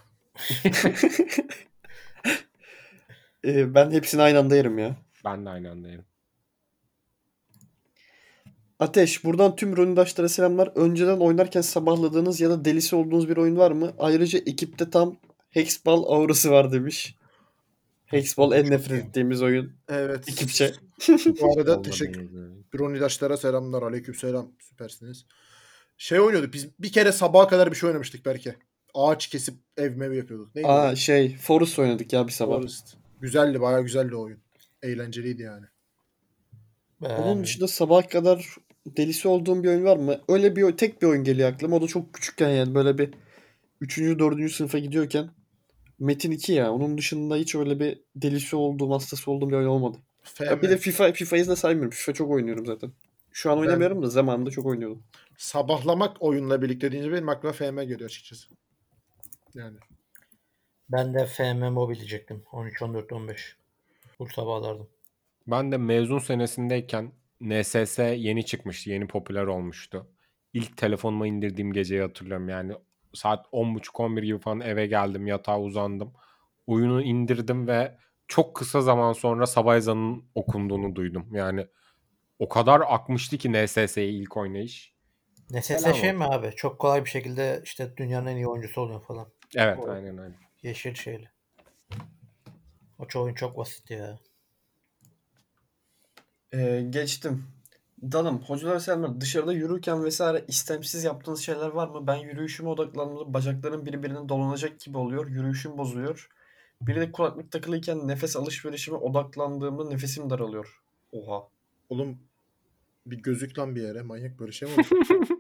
E, ben hepsini aynı anda yerim ya. Ben de aynı anda yerim. Ateş, buradan tüm rolündaşlara selamlar. Önceden oynarken sabahladığınız ya da delisi olduğunuz bir oyun var mı? Ayrıca ekipte tam Hexball aurası var demiş. Hexball en nefret ettiğimiz oyun Evet. ekipçe. Bu arada Olmadığınız teşekkür. yani. Bronidaşlara selamlar. Aleykümselam. Süpersiniz. Şey oynuyorduk. Biz bir kere sabaha kadar bir şey oynamıştık belki. ağaç kesip ev mev yapıyorduk. Neydi? Aa o? şey Forest oynadık ya bir sabah. Forest. Güzeldi, bayağı güzeldi o oyun. Eğlenceliydi yani. Onun Ben, dışında sabah kadar delisi olduğum bir oyun var mı? Öyle bir oy- tek bir oyun geliyor aklıma. O da çok küçükken yani böyle bir üçüncü dördüncü sınıfa gidiyorken. Metin iki ya. Onun dışında hiç öyle bir delisi olduğum, hastası olduğum bir oyun olmadı. Ya bir de F M. FIFA, FIFA'yı da saymıyorum. FIFA çok oynuyorum zaten. Şu an Ben oynamıyorum da zamanında çok oynuyordum. sabahlamak oyunla birlikte deyince benim aklıma F M geliyor açıkçası. Yani. ben de F M Mobile diyecektim. on üç, on dört, on beş. Bu sabahlardım. Ben de mezun senesindeyken N S S yeni çıkmıştı. Yeni popüler olmuştu. İlk telefonuma indirdiğim geceyi hatırlıyorum. Yani saat on buçuk on bir gibi falan eve geldim. Yatağa uzandım. Oyunu indirdim ve çok kısa zaman sonra sabah ezanının okunduğunu duydum. Yani o kadar akmıştı ki N S S'ye ilk oynayış. N S S Selam şey olsun. mi abi? Çok kolay bir şekilde işte dünyanın en iyi oyuncusu oluyor falan. Evet, O aynen öyle. yeşil şeyli. O çok oyun çok basit ya. Ee, geçtim. Dalım. Hocalar selamlar. Dışarıda yürürken vesaire istemsiz yaptığınız şeyler var mı? Ben yürüyüşüme odaklandığımda bacaklarım birbirine dolanacak gibi oluyor. Yürüyüşüm bozuluyor. Bir de kulaklık takılıyken nefes alışverişime odaklandığımda nefesim daralıyor. Oha. Oğlum bir gözük lan bir yere. Manyak, böyle şey mi olur?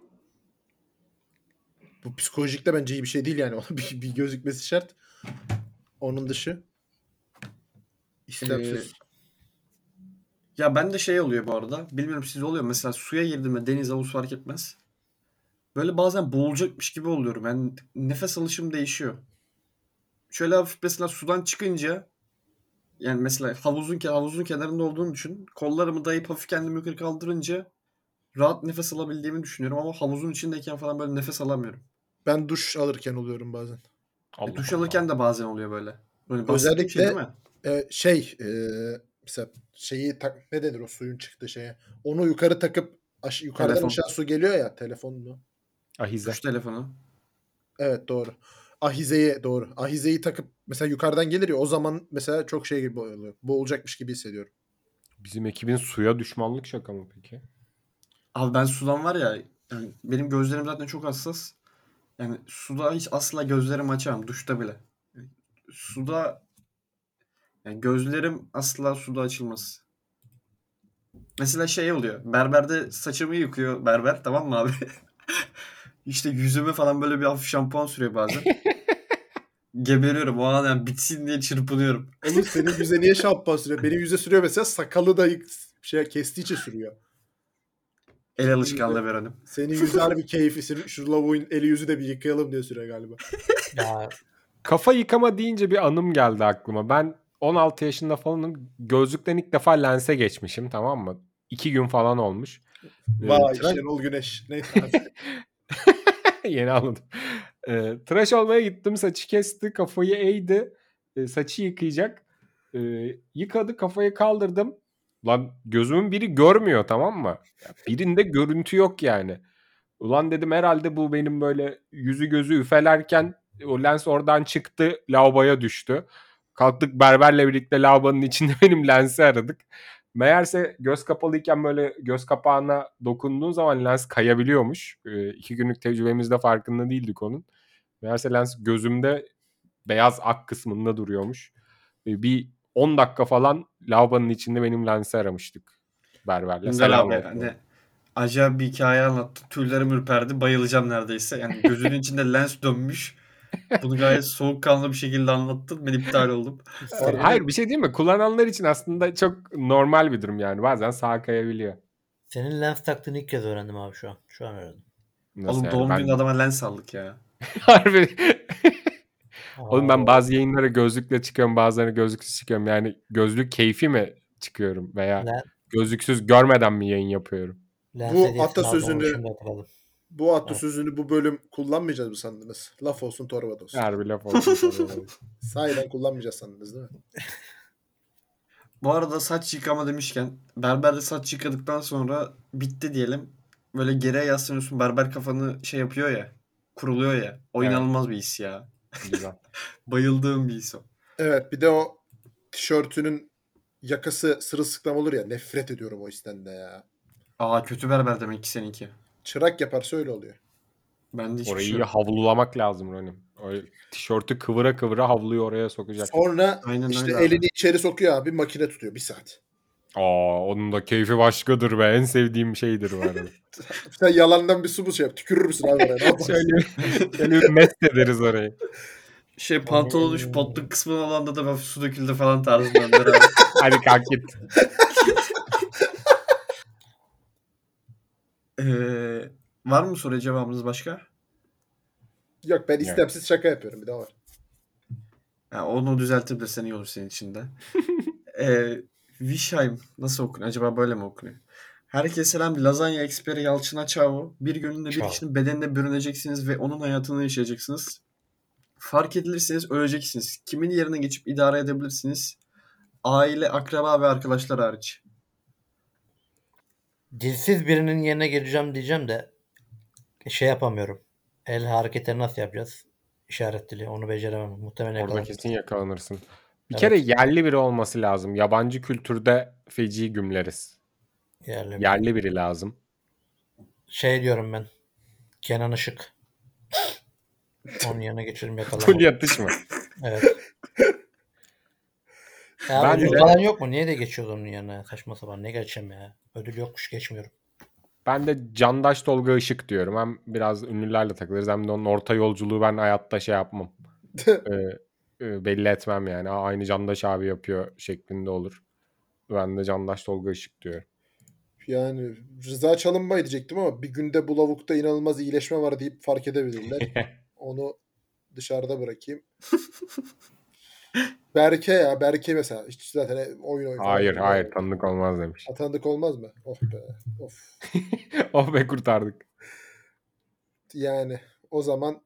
Bu psikolojikte bence iyi bir şey değil yani. Ona bir, bir gözükmesi şart. Onun dışı Ee, istemsiz. ya ben de şey oluyor bu arada. Bilmiyorum sizde oluyor. Mesela suya girdiğimde deniz, havuz fark etmez. Böyle bazen boğulacakmış gibi oluyorum. Yani nefes alışım değişiyor. Şöyle hafif mesela sudan çıkınca yani mesela havuzun ke- havuzun kenarında olduğunu düşün. Kollarımı dayayıp hafif kendimi yukarı kaldırınca rahat nefes alabildiğimi düşünüyorum ama havuzun içindeyken falan böyle nefes alamıyorum. Ben duş alırken oluyorum bazen. E, Allah duş Allah. alırken de bazen oluyor böyle. Böyle bahsettiğim şey değil Özellikle mi? e, şey e, mesela şeyi tak, ne denir o suyun çıktığı şeye. Onu yukarı takıp aş- yukarıdan Telefon. aşağı su geliyor ya, telefon mu? Ahize. Duş telefonu. Evet, doğru. Ahizeyi doğru. Ahizeyi takıp mesela yukarıdan gelir ya, o zaman mesela çok şey gibi oluyor. Boğulacakmış gibi hissediyorum. Bizim ekibin suya düşmanlık şaka mı peki? Abi ben sudan var ya yani benim gözlerim zaten çok hassas. Yani suda hiç asla gözlerimi açamam. Duşta bile. Yani suda yani gözlerim asla suda açılmaz. Mesela şey oluyor. Berberde saçımı yıkıyor berber, tamam mı abi? İşte yüzüme falan böyle bir hafif şampuan sürüyor bazen. Geberiyorum o an yani bitsin diye çırpınıyorum. Oğlum senin yüze niye şampuan sürüyor? Benim yüze sürüyor mesela, sakalı da yık- şey kestiği için sürüyor. El Senin alışkanlığı yüze, verelim. senin yüze harbi keyfi. Senin- Şu lavuğun eli yüzü de bir yıkayalım diye sürüyor galiba. Ya Kafa yıkama deyince bir anım geldi aklıma. Ben on altı yaşında falanım. Gözlükten ilk defa lense geçmişim, tamam mı? İki gün falan olmuş. Ee, Vay tıraş... Şenol Güneş. Neyse abi. Yeni anladım. Ee, tıraş olmaya gittim. Saçı kesti. Kafayı eğdi. Ee, saçı yıkayacak. Ee, yıkadı. Kafayı kaldırdım. Lan gözümün biri görmüyor, tamam mı? Ya birinde görüntü yok yani. Ulan dedim herhalde bu benim böyle yüzü gözü üfelerken o lens oradan çıktı, lavaboya düştü. Kalktık berberle birlikte lavabonun içinde benim lensi aradık. Meğerse göz kapalıyken böyle göz kapağına dokunduğun zaman lens kayabiliyormuş. Ee, iki günlük tecrübemizde farkında değildik onun. Meğerse lens gözümde beyaz ak kısmında duruyormuş. Ee, bir on dakika falan lavabonun içinde benim lensi aramıştık berberle. Güzel Selam abi. olsun. Hani acayip bir hikaye anlattı. Tüylerim ürperdi. Bayılacağım neredeyse. Yani gözünün içinde lens dönmüş. Bunu gayet soğukkanlı bir şekilde anlattın. Ben iptal oldum. senin, Hayır, bir şey değil mi? Kullananlar için aslında çok normal bir durum yani. Bazen sağa kayabiliyor. senin lens taktığını ilk kez öğrendim abi şu an. Şu an öğrendim. Nasıl Oğlum yani? doğum gününde Ben adama lens aldık ya. harbi. Oğlum ben Aa, bazı yayınlara gözlükle çıkıyorum, bazılarına gözlüksüz çıkıyorum. Yani gözlük keyfi mi çıkıyorum veya len, gözlüksüz görmeden mi yayın yapıyorum? lens Bu hediyesini aldım, onu atasözünü şimdi hatırladım. bu Evet. atasözünü bu bölüm kullanmayacağız mı sandınız? Laf olsun torba olsun. Harbi laf olsun. Sonra. Sahiden kullanmayacağız sandınız değil mi? Bu arada saç yıkama demişken berberde saç yıkadıktan sonra bitti diyelim. Böyle geriye yaslanıyorsun. Berber kafanı şey yapıyor ya. Kuruluyor ya. O Evet, inanılmaz bir his ya. güzel. Bayıldığım bir his o. Evet, bir de o tişörtünün yakası sırılsıklam olur ya. Nefret ediyorum o histen de ya. Aa kötü berber demek ki seninki. Çırak yaparsa öyle oluyor. Bende hiçbir Orayı şey iyi yok. havlulamak lazım Ronim. O tişörtü kıvıra kıvıra havluyu oraya sokacak. Sonra Aynen işte öyle abi. elini içeri sokuyor abi, makine tutuyor bir saat. Aa, onun da keyfi başkadır be. En sevdiğim şeydir bu arada. Sen yalandan bir su mu şey yap, tükürür müsün abi oraya, ne yaparsın? şöyle, şöyle bir mest ederiz orayı. Şey pantolonun şu potluk kısmına olanda da hafif su döküldü falan tarzında Önder abi. Hadi kalk git. Ee, var mı soruya cevabınız başka? Yok, ben istemsiz şaka yapıyorum, bir daha var. Ha, onu düzeltebilirsen iyi olur senin için de. Ee, Wishheim nasıl okunuyor? Acaba böyle mi okunuyor? Herkese selam. Lazanya eksperi Yalçın'a çao. Bir gününde bir Çao. kişinin bedenine bürüneceksiniz ve onun hayatını yaşayacaksınız. Fark edilirseniz öleceksiniz. Kimin yerine geçip idare edebilirsiniz? Aile, akraba ve arkadaşlar hariç. Dilsiz birinin yerine geleceğim diyeceğim de şey yapamıyorum. El hareketleri nasıl yapacağız? İşaret dili. Onu beceremem. Muhtemelen Orada yakalarım. kesin yakalanırsın. Bir Evet. kere yerli biri olması lazım. Yabancı kültürde feci gümleriz. Yerli bir- Yerli biri lazım. Şey diyorum ben. Kenan Işık. Onun yerine geçirim yakalamam. Full yatış mı? Evet. Ya Ben ödül de- falan yok mu? Niye de geçiyordu onun yerine? Saçma sapan. Ne geçeceğim ya? Ödül yokmuş, geçmiyorum. Ben de Candaş Tolga Işık diyorum. Hem biraz ünlülerle takılırız hem de onun orta yolculuğu ben hayatta şey yapmam. Ee, e, belli etmem yani. Aa, aynı Candaş abi yapıyor şeklinde olur. Ben de Candaş Tolga Işık diyorum. Yani Rıza Çalınbay diyecektim ama bir günde bu lavukta inanılmaz iyileşme var deyip fark edebilirler. Onu dışarıda bırakayım. Berke ya. Berke mesela. Hiç zaten oyun oyun falan hayır yapıyor. hayır tanıdık olmaz demiş. Tanıdık olmaz mı? Oh be. Of. Oh be kurtardık. Yani o zaman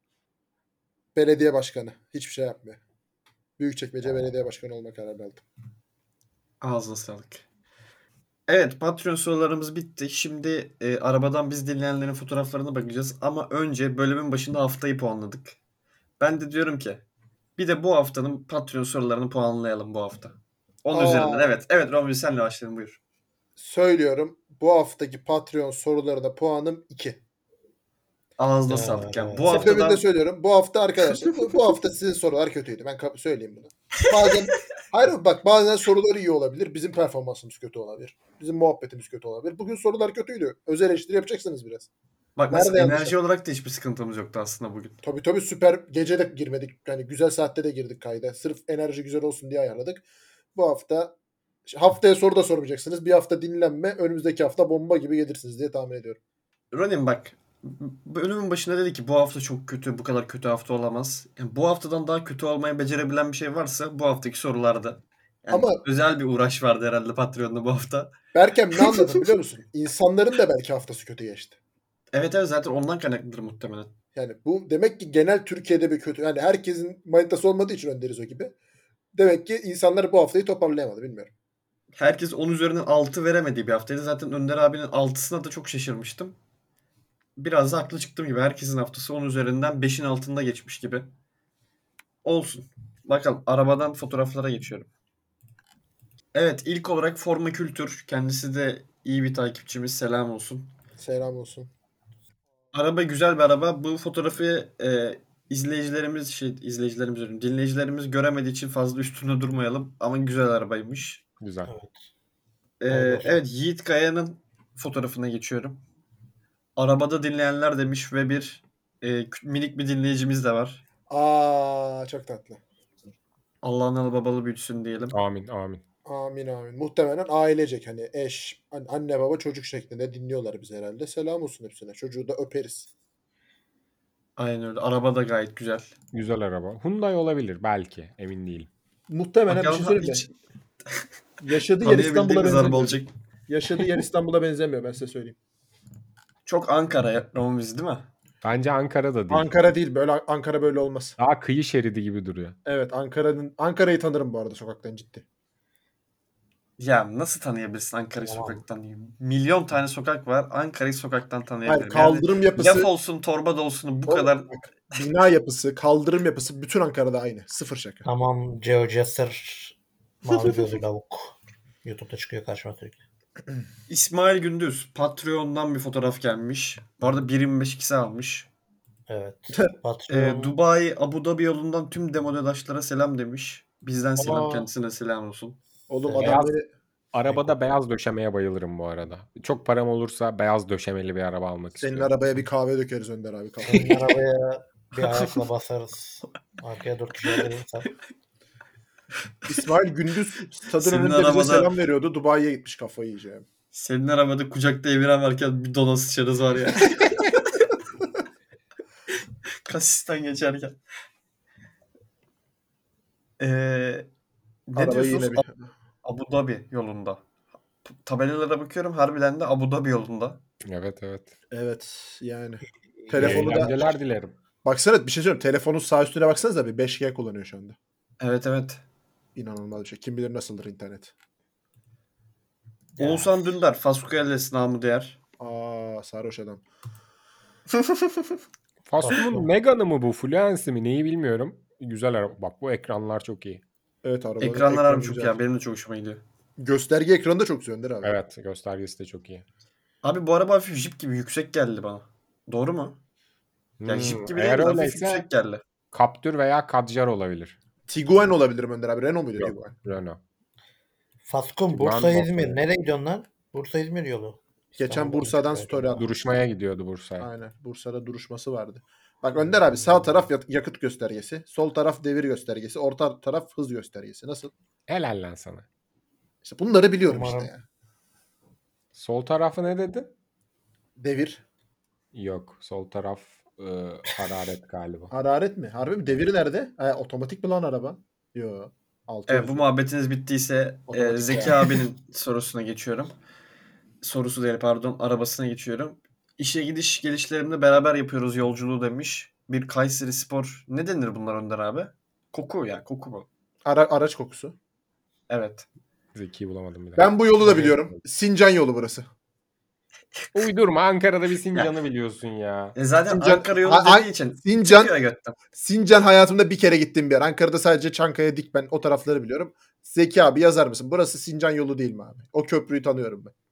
belediye başkanı. Hiçbir şey yapmıyor. Büyükçekmece belediye başkanı olma kararı aldım. Ağzına sağlık. Evet, Patreon sorularımız bitti. Şimdi e, arabadan biz dinleyenlerin fotoğraflarına bakacağız. Ama önce bölümün başında haftayı puanladık. Ben de diyorum ki bir de bu haftanın Patreon sorularını puanlayalım bu hafta. Onun Aa. üzerinden. Evet, evet Romeo senle başlayalım buyur. Söylüyorum. Bu haftaki Patreon soruları da puanım iki. Ağzına Ee, sağlık. Yani bu Sebebini haftadan de söylüyorum. Bu hafta arkadaşlar bu, bu hafta sizin sorular kötüydü. Ben kap- söyleyeyim bunu. Bazen hayır bak bazen sorular iyi olabilir. Bizim performansımız kötü olabilir. Bizim muhabbetimiz kötü olabilir. Bugün sorular kötüydü. Özel eleştiri yapacaksınız biraz. bak Nerede mesela yanlış enerji olarak da hiçbir sıkıntımız yoktu aslında bugün. Tabii tabii süper gece de girmedik. Yani güzel saatte de girdik kayda. Sırf enerji güzel olsun diye ayarladık. Bu hafta haftaya soru da sormayacaksınız. Bir hafta dinlenme. Önümüzdeki hafta bomba gibi gelirsiniz diye tahmin ediyorum. Ronin bak bölümün başında dedi ki bu hafta çok kötü, bu kadar kötü hafta olamaz. Yani bu haftadan daha kötü olmayı becerebilen bir şey varsa bu haftaki sorularda. Yani Ama- özel bir uğraş vardı herhalde Patreon'da bu hafta. Berkem ne anladım biliyor musun? İnsanların da belki haftası kötü geçti. Evet evet zaten ondan kaynaklıdır muhtemelen. Yani bu demek ki genel Türkiye'de bir kötü. Yani herkesin manitası olmadığı için Önderiz o gibi. Demek ki insanlar bu haftayı toparlayamadı, bilmiyorum. Herkes on üzerinden altı veremediği bir haftaydı. Zaten Önder abinin altısına da çok şaşırmıştım. Biraz da haklı çıktığım gibi herkesin haftası on üzerinden beşin altında geçmiş gibi. Olsun. Bakalım arabadan fotoğraflara geçiyorum. Evet ilk olarak Forma Kültür. Kendisi de iyi bir takipçimiz. Selam olsun. Selam olsun. Araba güzel bir araba. Bu fotoğrafı e, izleyicilerimiz şey izleyicilerimiz diyorum, dinleyicilerimiz göremediği için fazla üstünde durmayalım. Ama güzel arabaymış. Güzel. E, Hayırlı olsun. evet Yiğit Kaya'nın fotoğrafına geçiyorum. Arabada dinleyenler demiş ve bir e, kü- minik bir dinleyicimiz de var. Aa çok tatlı. Allah analı babalı büyütsün diyelim. Amin amin. Amin amin. Muhtemelen ailecek hani eş, an- anne baba çocuk şeklinde dinliyorlar bizi herhalde. Selam olsun hepsine. Çocuğu da öperiz. Aynen öyle. Araba da gayet güzel. Güzel araba. Hyundai olabilir belki. Emin değilim. Muhtemelen bir Bakalım şey söyleyeyim mi? hiç Yaşadığı yer İstanbul'a tanıyabildiğimiz araba benzemiyor. olacak. Yaşadığı yer İstanbul'a benzemiyor, ben size söyleyeyim. Çok Ankara Romviz değil mi? Bence Ankara'da değil. Ankara değil, böyle Ankara böyle olmaz. Daha kıyı şeridi gibi duruyor. Evet, Ankara'nın Ankara'yı tanırım bu arada sokaktan, ciddi. Ya nasıl tanıyabilirsin Ankara'yı Tamam. sokaktan? Milyon tane sokak var. Ankara'yı sokaktan tanıyabilirim. Hayır, kaldırım yapısı, Laf olsun torba da olsun bu Oğlum, kadar. bina yapısı, kaldırım yapısı bütün Ankara'da aynı. Sıfır şaka. Tamam, GeoGuessr mavi gözlü lavuk. YouTube'da çıkıyor karşıma sürekli. İsmail Gündüz Patreon'dan bir fotoğraf gelmiş. Bu arada bir yirmi beş ikisi almış. Evet. Ee, Patron. Dubai, Abu Dhabi yolundan tüm demodedaşlara selam demiş. Bizden selam, Aa. kendisine selam olsun. Oğlum Evet. adam Beyaz- beni... Arabada beyaz döşemeye bayılırım bu arada. Çok param olursa beyaz döşemeli bir araba almak Senin istiyorum. arabaya bir kahve dökeriz Önder abi. Kafana. Senin arabaya bir ayakla basarız. Arkaya dört kişi alırsan. İsmail Gündüz stadın Senin önünde bize arabada- selam veriyordu. Dubai'ye gitmiş, kafayı yiyeceğim. Senin arabada kucakta Emirhan varken bir dona sıçarız var ya. Kasisten geçerken. Ee, ne Arabayı diyorsunuz? yine bir... Abu Dhabi yolunda. Tabelalara bakıyorum, harbiden de Abu Dhabi yolunda. Evet evet. Evet yani. İyi Telefonu da... eğlenceler dilerim. Baksana bir şey söyleyeyim. Telefonun sağ üstüne baksanıza bir beş G kullanıyor şu anda. Evet evet. İnanılmaz bir şey. Kim bilir nasıldır internet. Ya. Oğuzhan Dündar, Fasukuelles namı değer. Aa, sarhoş adam. Fasum'un Megane'ı mı bu? Fluence mi? Neyi bilmiyorum. Güzel araba. Bak bu ekranlar çok iyi. Evet araba. Ekranlar harbi çok ya. Benim de çok hoşuma gidiyor. Gösterge ekranı da çok güzel Önder abi. Evet göstergesi de çok iyi. Abi bu araba hafif Jeep gibi yüksek geldi bana. Doğru mu? Yani Hmm, Jeep gibi eğer değil de hafif öyleyse yüksek geldi. Captur veya Kadjar olabilir. Tiguan olabilir mi Önder abi? Renault muydu Yok. Tiguan? Renault. Faskun, Ben Bursa bakıyorum. İzmir. Nereye gidiyorsun lan? Bursa İzmir yolu. Geçen İstanbul'dan Bursa'dan çıkıyor. story attı. Duruşmaya gidiyordu Bursa'ya. Aynen. Bursa'da duruşması vardı. Bak Önder abi sağ taraf yak- yakıt göstergesi. Sol taraf devir göstergesi. Orta taraf hız göstergesi. Nasıl? Helal lan sana. İşte bunları biliyorum Umarım. işte ya. Sol tarafı ne dedin? Devir. Yok. Sol taraf e, hararet galiba. Hararet mi? Harbi mi? Devir nerede? Ha, otomatik mi lan araba? Yo. Altı Evet bu yazıyor. muhabbetiniz bittiyse Otomatik e, Zeki abinin sorusuna geçiyorum. Sorusu değil pardon, arabasına geçiyorum. İşe gidiş gelişlerimde beraber yapıyoruz yolculuğu demiş. Bir Kayseri Spor. Ne denir bunlar Önder abi? Koku ya, koku bu. Ara- araç kokusu. Evet. Zeki'yi bulamadım bir dakika. Ben bu yolu da biliyorum. Sincan yolu burası. Uydurma, Ankara'da bir Sincan'ı biliyorsun ya. E zaten Sincan- Ankara yolu Ha- dediği için Sincan, Sincan'a göttem. Sincan hayatımda bir kere gittiğim bir yer. Ankara'da sadece Çankaya, Dikmen o tarafları biliyorum. Zeki abi yazar mısın? Burası Sincan yolu değil mi abi? O köprüyü tanıyorum ben.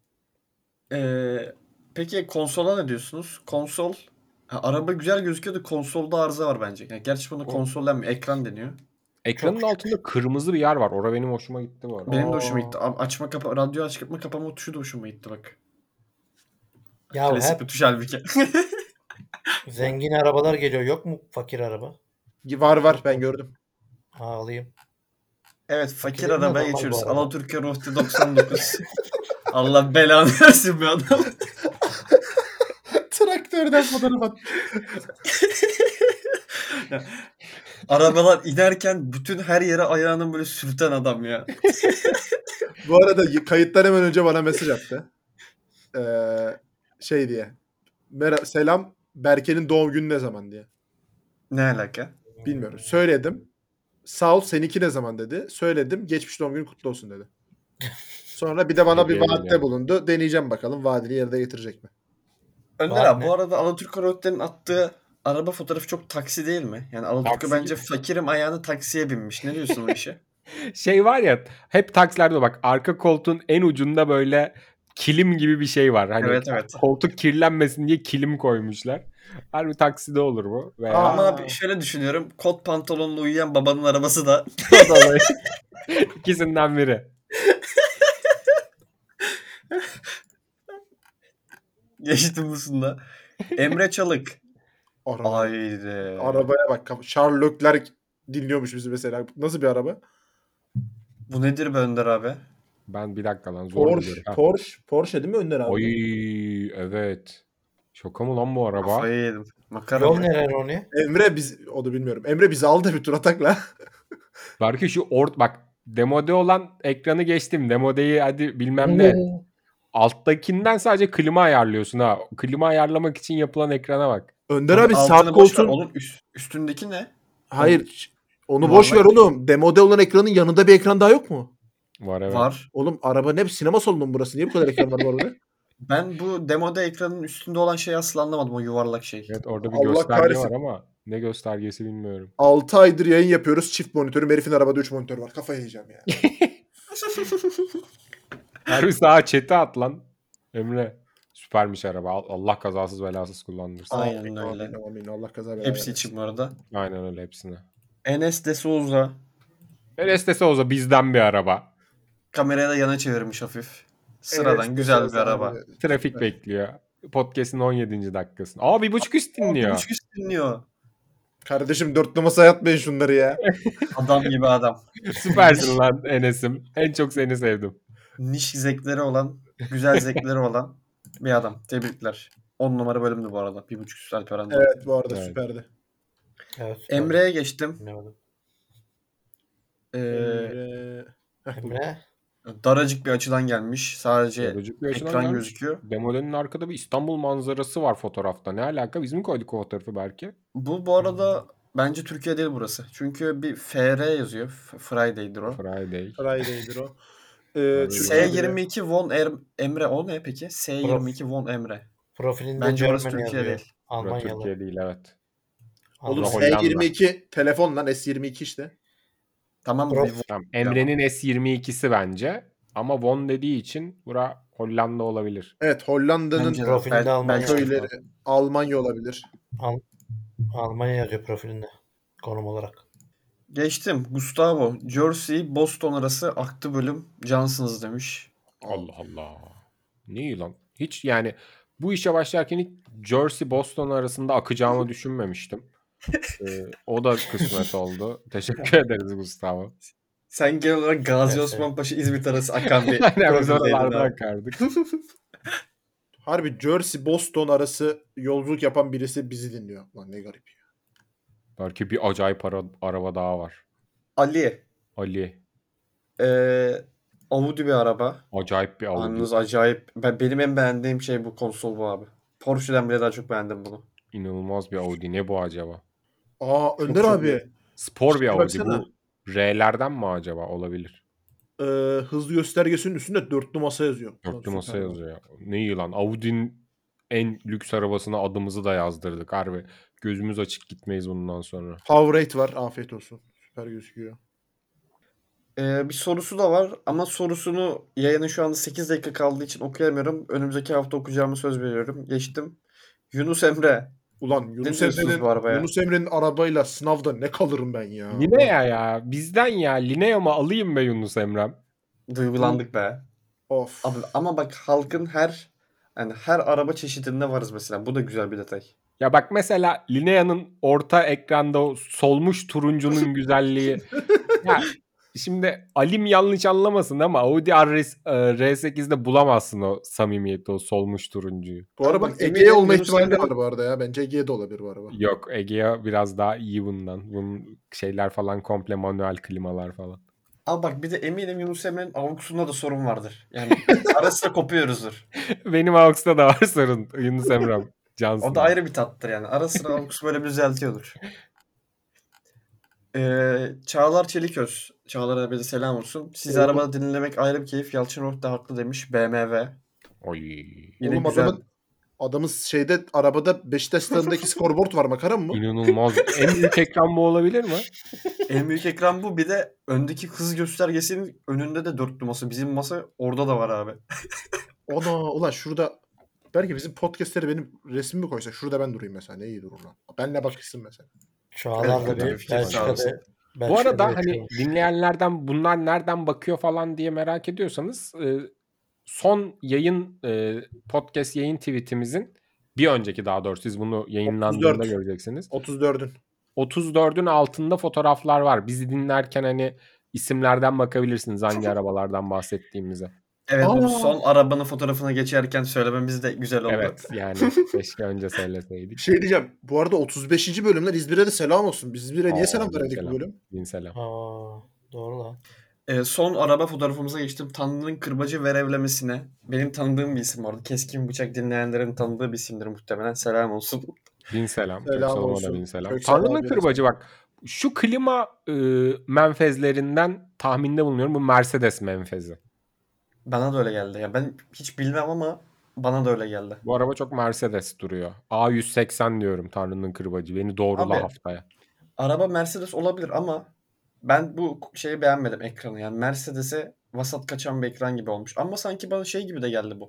Ee, peki konsola ne diyorsunuz? Konsol ha, araba güzel gözüküyor da konsolda arıza var bence. Yani gerçi buna O- konsol denmiyor, ekran deniyor. Ekranın Çok- altında kırmızı bir yer var. Orada benim hoşuma gitti bu arada. Benim de Aa. hoşuma gitti. A- Açma kapa radyo açma kapama tuşu da hoşuma gitti bak. Ya Klasik hep bir tuş halbuki. zengin arabalar geliyor. Yok mu fakir araba? Var var ben gördüm. Ha, alayım. Evet, fakir Fakir mi arabaya normal geçiyoruz. bu araba? Alaturka Rohti doksan dokuz. Allah belanı versin be adam. Traktörden fotoğraf at. Arabalar inerken bütün her yere ayağını böyle sürten adam ya. Bu arada y- kayıttan hemen önce bana mesaj attı. Ee, şey diye. Merhaba, selam. Berke'nin doğum günü ne zaman diye. Ne alaka? Bilmiyorum. Söyledim. Sağ ol seninki ne zaman dedi. Söyledim. Geçmiş doğum günü kutlu olsun dedi. Sonra bir de bana bir Hediye vaatte geliyor. bulundu. Deneyeceğim bakalım vaadini yerine getirecek mi? Önder Var abi ne? bu arada Alaturka Rohti'nin attığı araba fotoğrafı çok taksi değil mi? Yani Alaturka Taksi bence gibi. fakirim ayağını taksiye binmiş. Ne diyorsun o işe? Şey var ya, hep taksilerde bak, arka koltuğun en ucunda böyle kilim gibi bir şey var. Hani Evet, evet. koltuk kirlenmesin diye kilim koymuşlar. Harbi takside olur bu. Veya Aa. Ama abi şöyle düşünüyorum. Kot pantolonla uyuyan babanın arabası da o da olay. İkisinden biri. geçti musunda. Emre Çalık. Araba. Haydi. Arabaya bak. Charles Leclerc dinliyormuş bizi mesela. Nasıl bir araba? Bu nedir be Önder abi? Ben bir dakika lan zor Porsche. buluyorum. Ha. Porsche. Porsche değil mi Önder abi? Oy evet. Şaka mı lan bu araba? Kafayı yedim. Makara Yol mı? neler o ne? Emre biz o da bilmiyorum. Emre bizi aldı bir tur atakla. Belki şu ort bak, demode olan ekranı geçtim. Demodeyi hadi bilmem ne. Alttakinden sadece klima ayarlıyorsun ha. Klima ayarlamak için yapılan ekrana bak. Önder Abi abi sağ altını boş ver. koltuğun... Onun üst- üstündeki ne? Hayır. Onu Normal. boş ver oğlum. Demode olan ekranın yanında bir ekran daha yok mu? Var evet. Var. Oğlum araba ne? Sinema salonu mu burası? Niye bu kadar ekran var bu arada? Ben bu demoda ekranın üstünde olan şeyi asla anlamadım, o yuvarlak şey. Evet orada bir Allah gösterge kahretsin. var ama ne göstergesi bilmiyorum. altı aydır yayın yapıyoruz. Çift monitörü. Herifin arabada üç monitör var. Kafayı yiyeceğim ya. Harbi sağa çete at lan. Emre. Süpermiş araba. Al- Allah kazasız belasız kullandırsın. Aynen Amin, öyle. Amin, amin. Allah kaza bela Hepsi vermesin. için bu arada. Aynen öyle hepsine. Enes de Souza Enes de Souza bizden bir araba. kameraya da yana çevirmiş hafif. Sıradan Evet, güzel bir Souza araba. abi. Trafik Süper. bekliyor. Podcast'in on yedinci dakikasında. Aa bir buçuk üst Aa, bir dinliyor. buçuk üst dinliyor. Kardeşim dörtlü masaya yatmayın şunları ya. Adam gibi adam. Süpersin lan Enes'im. En çok seni sevdim. Niş zevkleri olan, güzel zevkleri olan bir adam. Tebrikler. on numara bölümdü bu arada. Bir buçuk üst Alperen. Evet bu arada Evet. süperdi. Evet. Emre'ye geçtim. Dinlemedim. Ee, Emre... Heh, buyur. Emre. daracık bir açıdan gelmiş. Sadece Yarıcık bir açıdan ekran gelmiş. gözüküyor. Demolenin arkada bir İstanbul manzarası var fotoğrafta. Ne alaka? Biz mi koyduk o fotoğrafı belki? Bu bu arada bence Türkiye değil burası. Çünkü bir F R yazıyor. F- Friday'dir o. Friday. Friday'dir o. Ee, Evet. S Türkiye'de- yirmi iki Von er- Emre o ne peki? S yirmi iki Von Emre. Profilinde Bence orası Germany Türkiye yazıyor. değil. Bura Almanyalı. Türkiye değil evet. Oğlum Bura S Hollanda. yirmi iki telefon lan S yirmi iki işte. Tamam mı? Prof- Bir Von- Tamam. Emre'nin S yirmi ikisi bence. Ama Von dediği için bura Hollanda olabilir. Evet Hollanda'nın Bence de. Profilinde Bel- Almanya belki yazıyor. köyleri Almanya olabilir. Al- Almanya yazıyor profilinde. Konum olarak. Geçtim. Gustavo. Jersey, Boston arası aktı bölüm. Cansınız demiş. Allah Allah. Ne iyi lan. Hiç yani bu işe başlarken hiç Jersey Boston arasında akacağımı düşünmemiştim. Ee, o da kısmet oldu. Teşekkür ederiz Gustavo. Sen genel olarak Gazi Evet, Osman Paşa İzmit arası akan bir Aynen biz profildeydin oralarda abi. akardık. Harbi Jersey Boston arası yolculuk yapan birisi bizi dinliyor. Lan ne garip ya. Belki bir acayip ara- araba daha var. Ali. Ali. Ee, Audi bir araba. Acayip bir Audi. Yalnız acayip. Ben, benim en beğendiğim şey bu konsol bu abi. Porsche'den bile daha çok beğendim bunu. İnanılmaz bir Audi. Ne bu acaba? Aa Önder çok abi. iyi. Spor bir Şuna Audi. baksana. Bu R'lerden mi acaba? Olabilir. Ee, hızlı göstergesinin üstünde dörtlü masa yazıyor. Dörtlü Lan masa süper. yazıyor. Ne iyi lan. Audi'nin en lüks arabasına adımızı da yazdırdık. Harbi. Gözümüz açık gitmeyiz bundan sonra. Powerade var. Afiyet olsun. Süper gözüküyor. Ee, bir sorusu da var ama sorusunu yayının şu anda sekiz dakika kaldığı için okuyamıyorum. Önümüzdeki hafta okuyacağımı söz veriyorum. Geçtim. Yunus Emre. Ulan Yunus diyorsunuz Emre'nin bu arabaya? Yunus Emre'nin arabayla sınavda ne kalırım ben ya. Linea ya. Bizden ya. Linea mı alayım be Yunus Emrem? Duygulandık be. Of. Abi, ama bak halkın her yani her araba çeşidinde varız mesela. Bu da güzel bir detay. Ya bak mesela Linea'nın orta ekranda o solmuş turuncunun güzelliği. Ya şimdi Alim yanlış anlamasın ama Audi R sekizde bulamazsın o samimiyeti, o solmuş turuncuyu. Bu araba Abi bak, Ege'ye eminim olma Yunus ihtimali de Emre'nin- var bu arada ya. Bence Ege'ye de olabilir bu araba. Yok Egea biraz daha iyi bundan. Bunun şeyler falan komple manuel klimalar falan. Ama bak bir de eminim Yunus Emre'nin avkusunda da sorun vardır. Yani ara sıra kopuyoruzdur. Benim Aux'ta da var sorun Yunus Emrem. Cansın. O da ayrı bir tattır yani. Ara sıra avkus böyle bir düzeltiyordur. Ee, Çağlar Çeliköz. Çağlar'a bir de selam olsun. Sizi Oğlum. arabada dinlemek ayrı bir keyif. Yalçın Rock da haklı demiş. B M W. Oy. Yine Oğlum güzel. adamın adamın şeyde arabada Beşiktaş stadındaki skorboard var makara mı? İnanılmaz. En büyük ekran bu olabilir mi? En büyük ekran bu. Bir de öndeki hız göstergesinin önünde de dörtlü masa. Bizim masa orada da var abi. Ona ulan şurada belki bizim podcast'lere benim resmimi koysak şurada ben durayım mesela ne iyi durur lan. Benle bakışsın mesela. Çağlar da Evet, bir evet, sağ olasın. Belçika'da Bu Belçika'da arada hani yaşıyormuş. dinleyenlerden bunlar nereden bakıyor falan diye merak ediyorsanız e, son yayın e, podcast yayın tweetimizin bir önceki daha doğrusu siz bunu yayınlandığında otuz dört. göreceksiniz. otuz dördün. otuz dördün altında fotoğraflar var. Bizi dinlerken hani isimlerden bakabilirsiniz hangi arabalardan bahsettiğimize. Evet bu Aa. son arabanın fotoğrafına geçerken söylememiz de güzel oldu. Evet yani keşke önce Bir söyleseydik. şey diyeceğim. Bu arada otuz beşinci bölümler İzmir'e de selam olsun. Biz İzmir'e niye Aa, selam bin verdik bu selam. bölüm? Bin selam. Aa, doğru lan. Ee, son araba fotoğrafımıza geçtim. Tanrı'nın kırbacı verevlemesine. Benim tanıdığım bir isim orada. Keskin Bıçak dinleyenlerin tanıdığı bir isimdir muhtemelen. Selam olsun. Bin selam. Selam Köksal'ıma olsun. da bin selam. Köksal Tanrı'nın abiye de kırbacı bak. Şu klima e, menfezlerinden tahminde bulunuyorum. Bu Mercedes menfezi. Bana da öyle geldi. Ya ben hiç bilmem ama bana da öyle geldi. Bu araba çok Mercedes duruyor. A yüz seksen diyorum Tanrı'nın kırbacı. Beni doğrula Abi, haftaya. Araba Mercedes olabilir ama ben bu şeyi beğenmedim ekranı. Yani Mercedes'e vasat kaçan bir ekran gibi olmuş. Ama sanki bana şey gibi de geldi bu.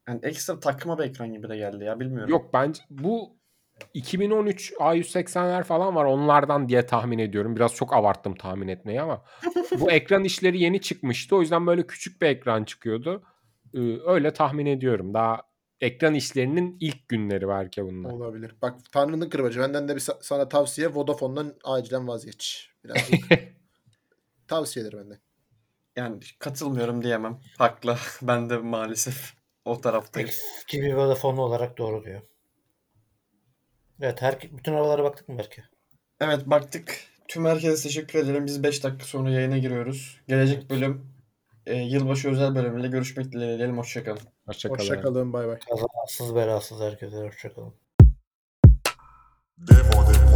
Yani ekstra takma bir ekran gibi de geldi ya bilmiyorum. Yok bence bu iki bin on üç A yüz seksenler falan var onlardan diye tahmin ediyorum. Biraz çok abarttım tahmin etmeyi ama bu ekran işleri yeni çıkmıştı. O yüzden böyle küçük bir ekran çıkıyordu. Ee, öyle tahmin ediyorum. Daha ekran işlerinin ilk günleri belki bunlar. Olabilir. Bak Tanrı'nın kırbacı. Benden de bir sa- sana tavsiye. Vodafone'dan acilen vazgeç. Birazcık tavsiyedir benden. Yani katılmıyorum diyemem. Haklı. Ben de maalesef o taraftayım. Eski bir Vodafone olarak doğru diyor. Evet, her bütün arabalara baktık mı belki? Evet baktık. Tüm herkese teşekkür ederim. Biz beş dakika sonra yayına giriyoruz. Gelecek bölüm e, yılbaşı özel bölümüyle görüşmek dileğiyle diyelim. Hoşçakalın. Hoşçakalın. Hoşçakalın. Bay bay. Kazasız belasız herkese hoşçakalın. Demo de